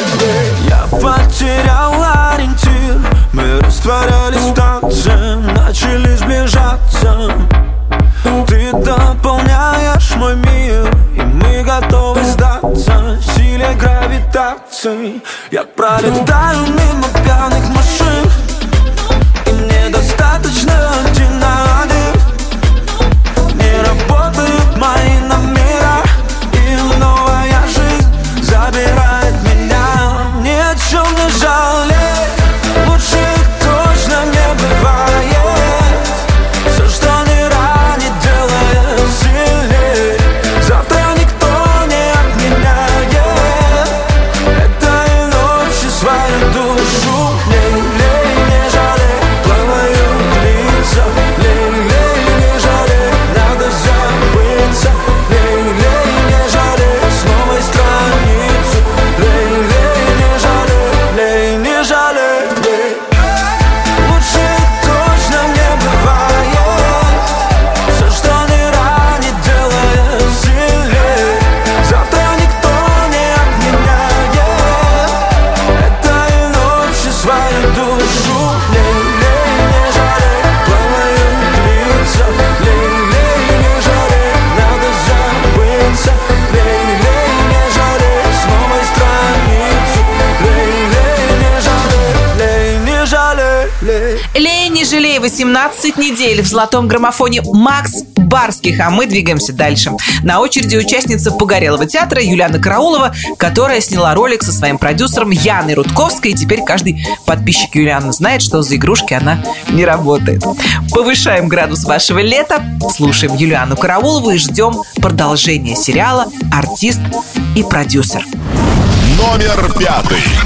поддаться силе гравитации. Я пролетаю мимо пьяных машин, и мне достаточно один на один. Не работают мои номера, и новая жизнь забирает меня. Ни о чем не жалей, лучше точно не бывает. Все, что не ранит, делает сильнее. Завтра никто не отменяет этой ночи свою душу. Лей-лей, не жалей, плавают лица. Лей-лей, не жалей, надо забыться. Лей-лей, не жалей, с новой страницы. Лей-лей, не жалей, лей, не жалей, лей. Лучше точно не бывает. Все, что не ранит, делает сильнее. Завтра никто не отменяет этой ночи свою душу. Лей-лей, не жалей, плавают лица. Лей-лей, не жалей, надо забыться. Лей-лей, не жалей, с новой страницы. Лей-лей, не жалей, лей, не жалей, лей. Лей, не жалей, 18 недель в золотом граммофоне Макс Барских, а мы двигаемся дальше. На очереди участница Погорелого театра Юлиана Караулова, которая сняла ролик со своим продюсером Яной Рудковской, и теперь каждый подписчик Юлианы знает, что за игрушки она не работает. Повышаем градус вашего лета, слушаем Юлиану Караулову и ждем продолжения сериала «Артист и продюсер». Номер 5.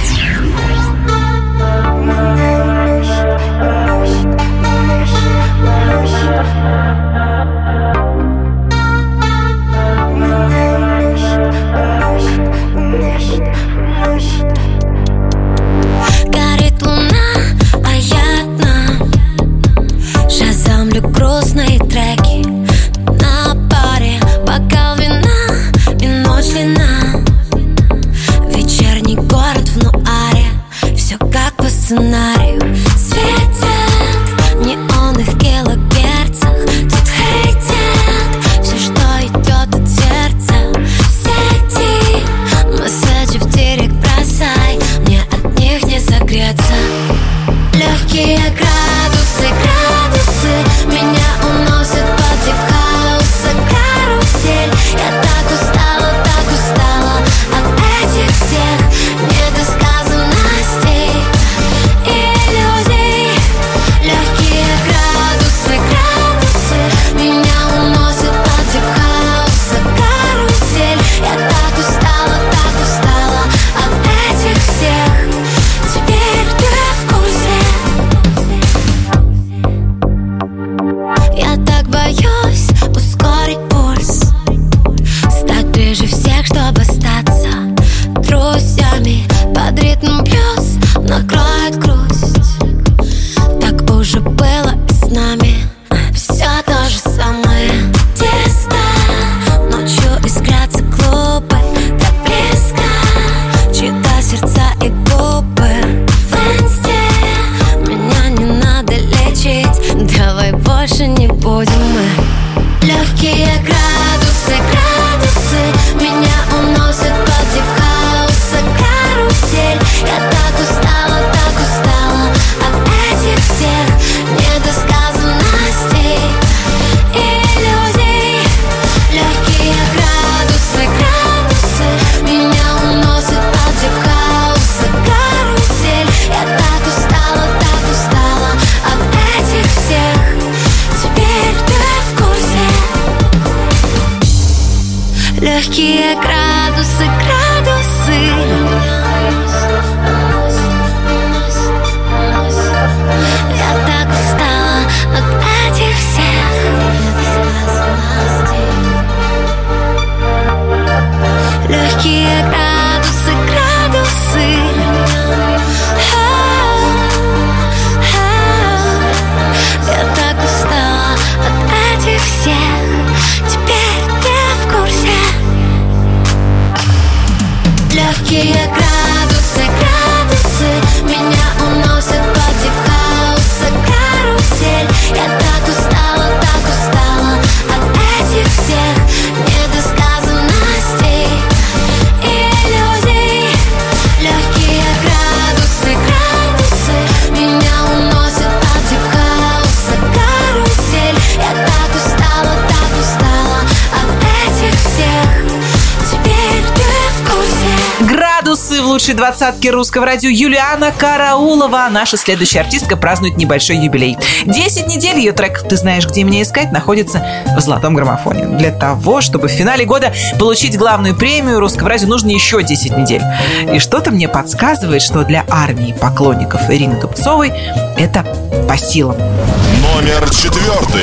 Горит луна, а я одна. Шазамлю грустные треки на паре, бокал вина и ночь длинна. Вечерний город в нуаре, все как по сценарию. Светят неоны в килогерцах, тут хейтят все, что идет от сердца. В сети месседжи в директ бросай, мне от них не согреться. Легкие градусы, градусы меня уносят под дип-хауса карусель. Я так устала от этих всех недосказанностей, иллюзий. Легкие градусы, градусы меня уносят под дип-хауса карусель. Я так устала от этих всех. Теперь ты в курсе. Я так боюсь ускорить пульс, стать ближе всех, чтобы остаться друзьями. Под ритм плюс накроет грусть. Так уже было и с нами. Все то же самое. Диско, ночью искрятся клубы, так близко чьи-то сердца и губы. В инсте меня не надо лечить, давай больше не будем мы. Легкие градусы, градусы меня уносят под дип-хауса карусель. Я так устала от этих всех недосказанностей, иллюзий. Легкие градусы, градусы меня уносят под дип-хауса карусель. Я так устала от этих всех. Теперь ты в курсе. Легкие градусы, градусы. Я так устала от этих всех. Легкие градусы, градусы. Я так устала от этих всех. Теперь ты в курсе. Легкие градусы, градусы меня уносят под дип-хауса карусель. Я так устала от этих всех недосказанностей, лучшей двадцатке русского радио Юлиана Караулова. Наша следующая артистка празднует небольшой юбилей. 10 недель ее трек «Ты знаешь, где меня искать» находится в золотом граммофоне. Для того, чтобы в финале года получить главную премию русского радио, нужно еще 10 недель. И что-то мне подсказывает, что для армии поклонников Ирины Дубцовой это по силам. Номер 4.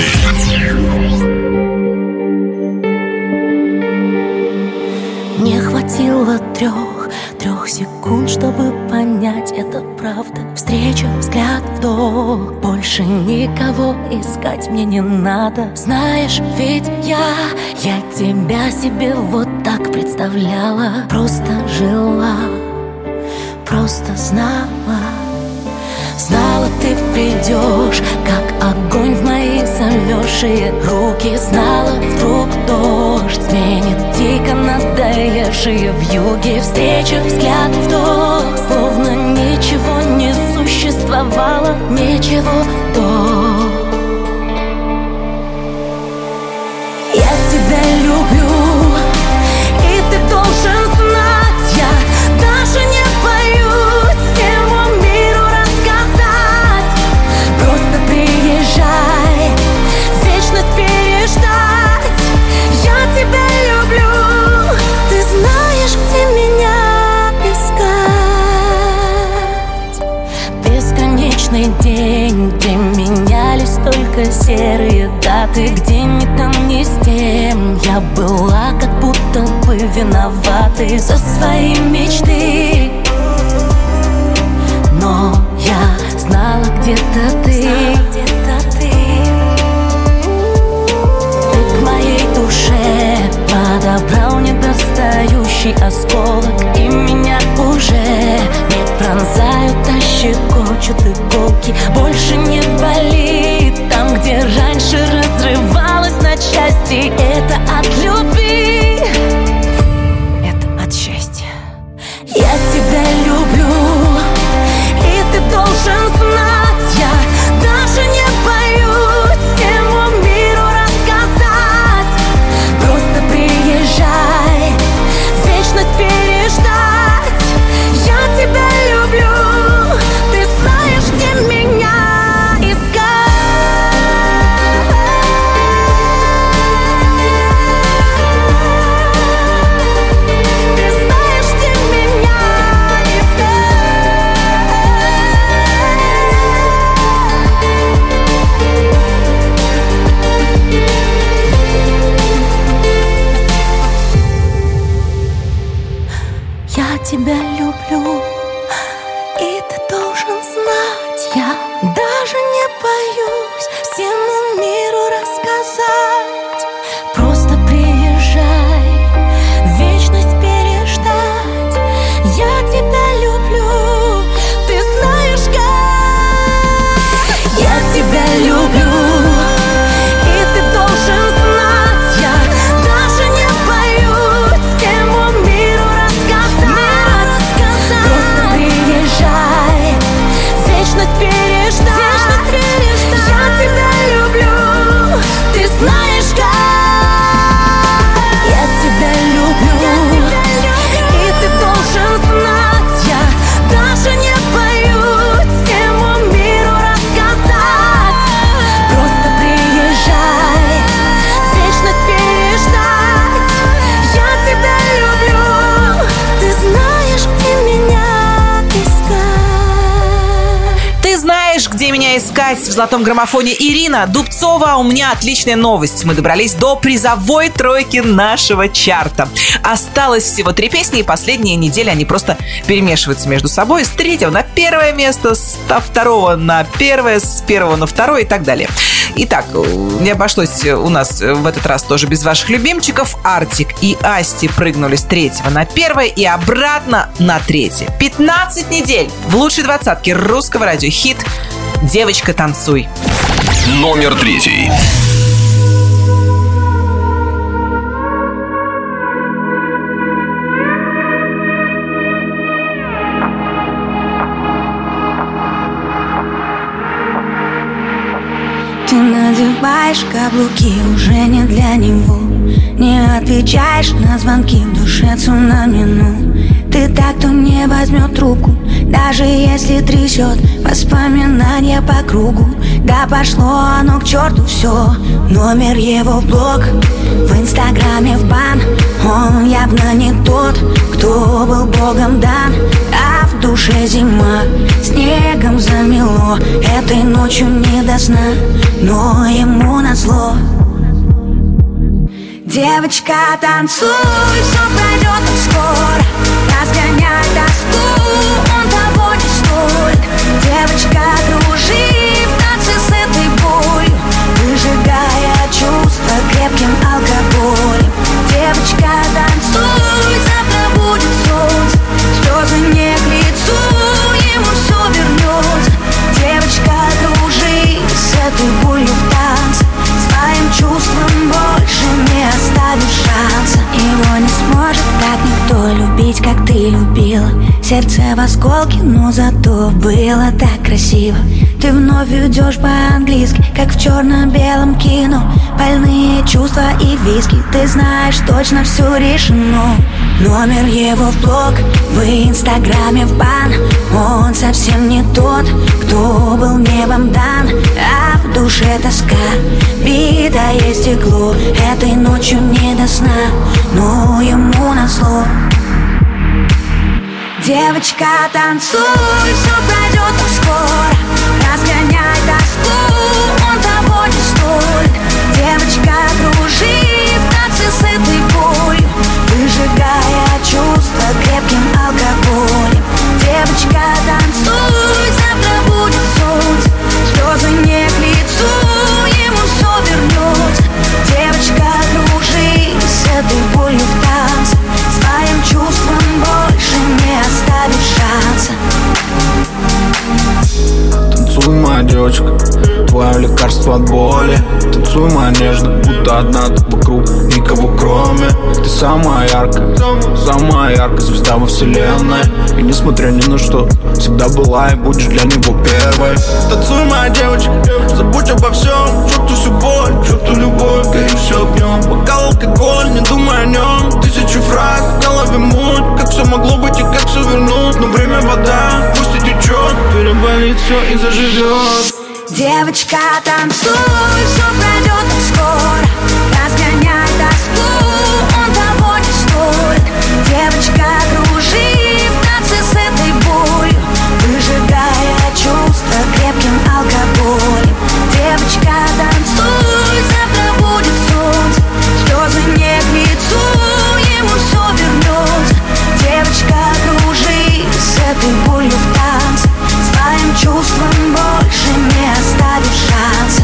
Не хватило трех секунд, чтобы понять, это правда. Встреча, взгляд, вдох. Больше никого искать мне не надо. Знаешь, ведь я тебя себе вот так представляла. Просто жила, просто знала. Знала, ты придешь, как огонь в мои замерзшие руки. Знала, вдруг дождь сменит дико надоевшие вьюги. Встреча, взгляд, вдох, словно ничего не существовало, ничего до. Я тебя люблю, и ты должен знать, я даже не боюсь всему миру рассказать. Просто приезжай, вечность переждать. Я тебя люблю, ты знаешь, где меня искать. Бесконечный день, где менялись только серые даты, где ни там, ни с тем я была как будто бы виноватой за свои мечты. Но я знала, где-то ты. Ты к моей душе подобрал недостающий осколок, и меня уже не пронзают, а щекочут иголки. Больше не болит там, где раньше разрывалась на части. Это от любви, это от счастья. Я тебя люблю, и ты должен знать, я даже не боюсь всему миру рассказать. Просто приезжай, вечность переждать. Я тебя люблю, ты знаешь, где меня искать. Ты знаешь, где меня искать. Я тебя люблю, и ты должен знать, я даже не боюсь всему миру рассказать. Просто приезжай, вечность переждать. Я тебя люблю, ты знаешь как. Я тебя люблю, и ты должен знать, я даже не боюсь всему миру рассказать. Просто приезжай, вечность переждать. Я тебя люблю, ты знаешь как. Я тебя люблю, и ты должен знать, я даже не боюсь всему миру рассказать. Просто приезжай, вечность переждать. Я тебя люблю, ты знаешь, где меня искать. Ты знаешь, где меня искать в золотом граммофоне Ирина Дубцова. У меня отличная новость. Мы добрались до призовой тройки нашего чарта. Осталось всего 3 песни, и последние недели они просто перемешиваются между собой. С 3 на 1 место, с 2 на 1, с 1 на 2 и так далее. Итак, не обошлось у нас в этот раз тоже без ваших любимчиков. Артик и Асти прыгнули с 3 на 1 и обратно на 3. 15 недель в лучшей двадцатке русского радио. Хит «Девочка, танцуй». Номер 3. Ты надеваешь каблуки уже не для него, не отвечаешь на звонки, в душе цунами, ну. Ты ты так, то не возьмет трубку, даже если трясет воспоминания по кругу. Да пошло оно к черту все, номер его в блог, в инстаграме в бан. Он явно не тот, кто был богом дан, а в душе зима, снегом замело. Этой ночью не до сна, но ему назло. Девочка, танцуй, все пройдет так скоро, разгоняй тоску, он того не стоит. Девочка, кружи в танце с этой болью, выжигая чувства крепким алкоголем. Девочка, танцуй, завтра будет солнце, слезы не к лицу, ему все вернется. Девочка, кружи с этой болью в танце, своим чувством больше не оставишь шанса. Его не сможет так никто любить, как ты любила. Сердце в осколке, но зато было так красиво. Ты вновь идешь по-английски, как в черно-белом кино. Больные чувства и виски, ты знаешь, точно все решено. Номер его в блог, в инстаграме в бан. Он совсем не тот, кто был небом дан, а в душе тоска, битое стекло. Этой ночью не до сна, но ему назло. Девочка, танцуй, все пройдет так скоро, разгоняй тоску, он того не стоит. Девочка, кружи в танце с этой болью, выжигая чувства крепким алкоголем. Девочка, танцуй, завтра будет солнце, слезы не к лицу, ему все вернется. Девочка, кружи с этой болью в танце, своим чувством больше не оставишь шанса. Танцуй, моя девочка, твое лекарство от боли. Танцуй, моя нежная, будто одна тут вокруг, никого кроме. Ты самая яркая звезда во вселенной. И несмотря ни на что, всегда была и будешь для него первой. Танцуй, моя девочка, забудь обо всем, черту всю боль, черту любовь, гори все огнем. Бокал, алкоголь, не думай о нем. Тысячи фраз, в голове муть, как все могло быть и как все вернуть. Но время вода, пусть и течет, переболит все и заживет. Девочка, танцуй, все пройдет так скоро, разгоняй тоску, он того не стоит. Девочка, кружи в танце с этой болью, выжигая чувства крепким алкоголем. Девочка, танцуй, завтра будет солнце, слезы не к лицу, ему все вернется. Девочка, кружи с этой болью в танце, своим чувством больше не оставишь шанса.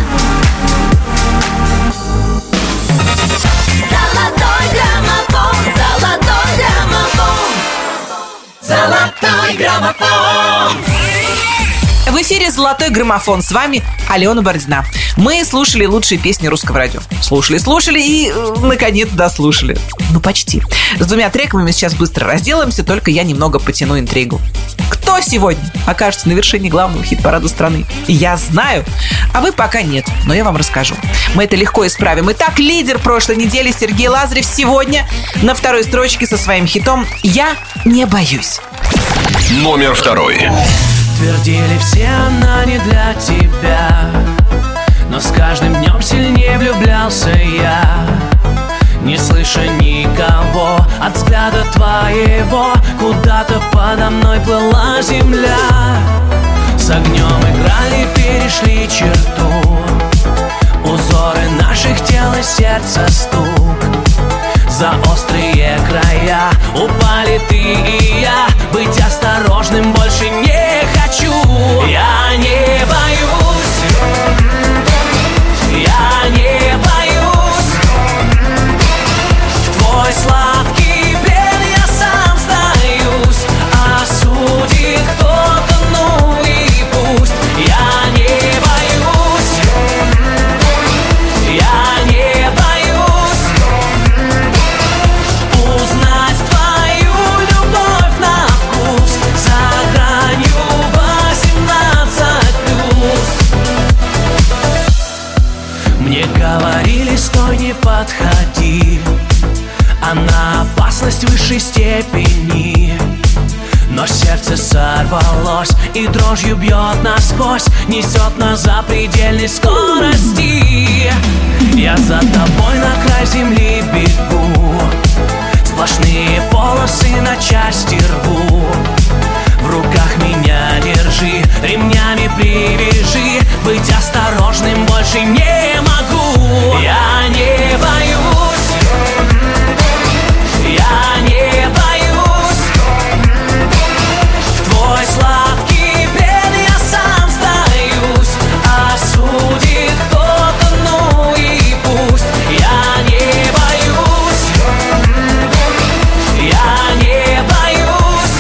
Золотой граммофон, золотой граммофон, золотой граммофон. В эфире «Золотой граммофон». С вами Алена Бородина. Мы слушали лучшие песни русского радио. Слушали и, наконец, дослушали. Ну, почти. С 2 треками мы сейчас быстро разделаемся, только я немного потяну интригу. Кто сегодня окажется на вершине главного хит-парада страны? Я знаю, а вы пока нет, но я вам расскажу. Мы это легко исправим. Итак, лидер прошлой недели Сергей Лазарев сегодня на 2-й строчке со своим хитом «Я не боюсь». Номер 2. Твердили все, она не для тебя, но с каждым днем сильнее влюблялся я. Не слыша никого, от взгляда твоего куда-то подо мной плыла земля. С огнем играли, перешли черту, узоры наших тел и сердца стук. За острые края упали ты и я. Быть осторожным больше не хочу. Я не боюсь, я не боюсь. В твой сладкий плен я сам сдаюсь. Осудит кто-то, ну и пусть. Я не боюсь, я не боюсь узнать твою любовь на вкус за гранью 18+. но сердце сорвалось и дрожью бьет насквозь, несет на запредельной скорости. Я за тобой на край земли бегу, сплошные полосы на части рву. В руках меня держи, ремнями привяжи, быть осторожным больше не могу. Я не боюсь, я не боюсь. В твой сладкий плен я сам сдаюсь. Осудит кто-то, ну и пусть. Я не боюсь, я не боюсь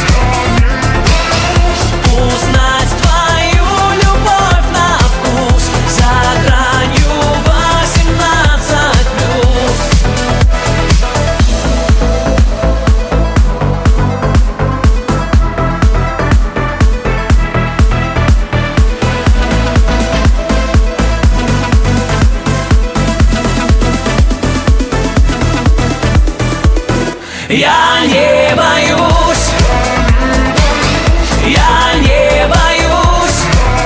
узнать твою любовь на вкус за гранью 18+. Я не боюсь, я не боюсь.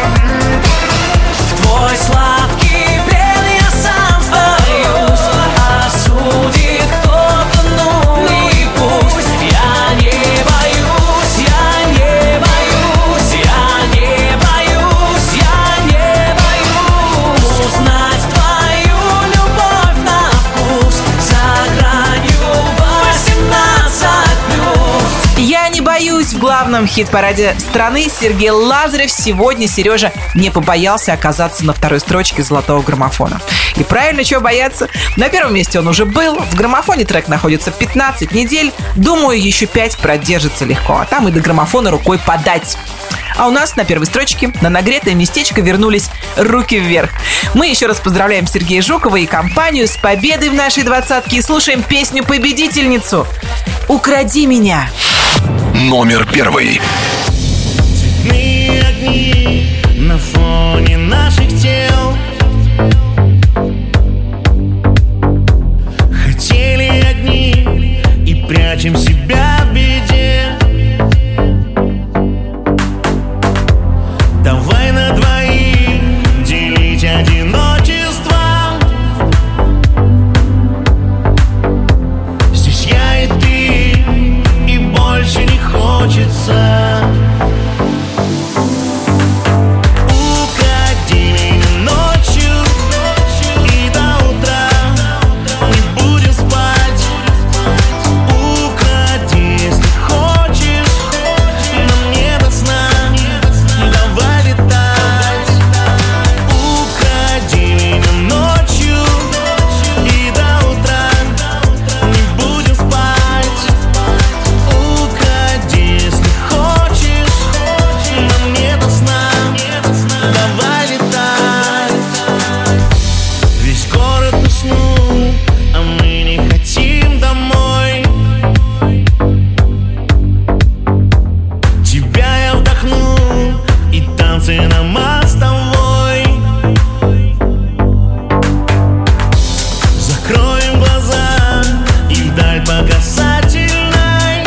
В твой сладкий плен я сам сдаюсь. Осудит кто-то, ну и пусть. Я не боюсь, я не боюсь, я не боюсь, я не боюсь узнать твою любовь на вкус за гранью 18+. «Я не боюсь» в главном хит-параде страны. Сергей Лазарев. Сегодня Сережа не побоялся оказаться на второй строчке золотого граммофона. И правильно, чего бояться. На первом месте он уже был. В граммофоне трек находится 15 недель. Думаю, еще 5 продержится легко. А там и до граммофона рукой подать. А у нас на первой строчке на нагретое местечко вернулись «Руки вверх». Мы еще раз поздравляем Сергея Жукова и компанию с победой в нашей двадцатке и слушаем песню-победительницу «Укради меня». Номер первый. Цветные огни на фоне наших тел. Хотели одни и прячем себя в беде. Давай на двоих делить одиночество. Здесь я и ты, и больше не хочется. Укради меня ночью и до утра. Не будем спать. Укради, если хочешь, но мне до сна. Давай летать. Укради меня ночью и до утра. Не будем спать. Укради, если хочешь, но мне до сна. Давай летать. Весь город уснул, а мы не хотим домой. Тебя я вдохнул, и танцы на мостовой. Закроем глаза и вдаль по касательной.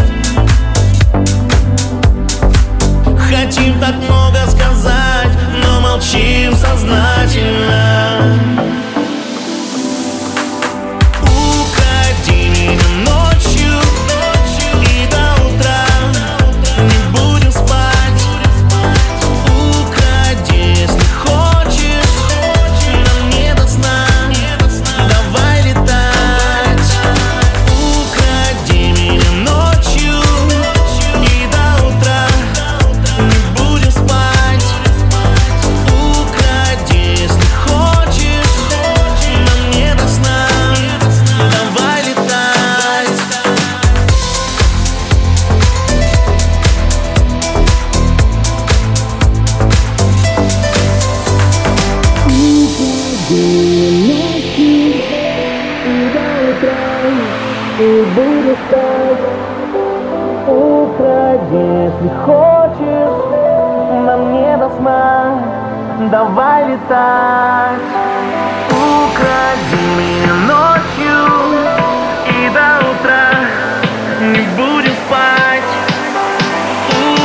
Хотим так много сказать, но молчим сознательно. Укради меня ночью и до утра. Не будем спать. Укради, если хочешь, но мне до сна. Давай летать. Укради меня ночью и до утра. Не будем спать. Укради, если хочешь, но мне до сна. Давай летать. Если хочешь, на мне до сна. Давай летать. Укради меня ночью и до утра. Не будем спать.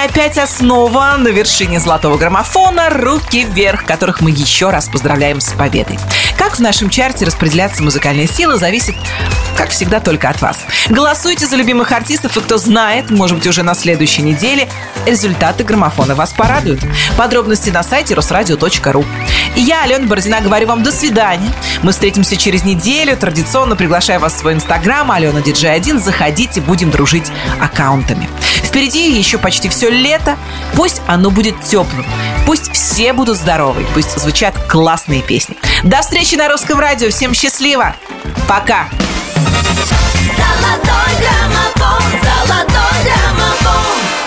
опять основа на вершине золотого граммофона «Руки вверх», которых мы еще раз поздравляем с победой. Как в нашем чарте распределяться музыкальные силы, зависит, как всегда, только от вас. Голосуйте за любимых артистов, и кто знает, может быть, уже на следующей неделе результаты граммофона вас порадуют. Подробности на сайте rosradio.ru. И я, Алена Бородина, говорю вам до свидания. Мы встретимся через неделю. Традиционно приглашаю вас в свой инстаграм Алена DJ1. Заходите, будем дружить аккаунтами. Впереди еще почти все лето. Пусть оно будет теплым. Пусть все будут здоровы. Пусть звучат классные песни. До встречи на Русском радио. Всем счастливо. Пока. Золотой граммофон, золотой граммофон.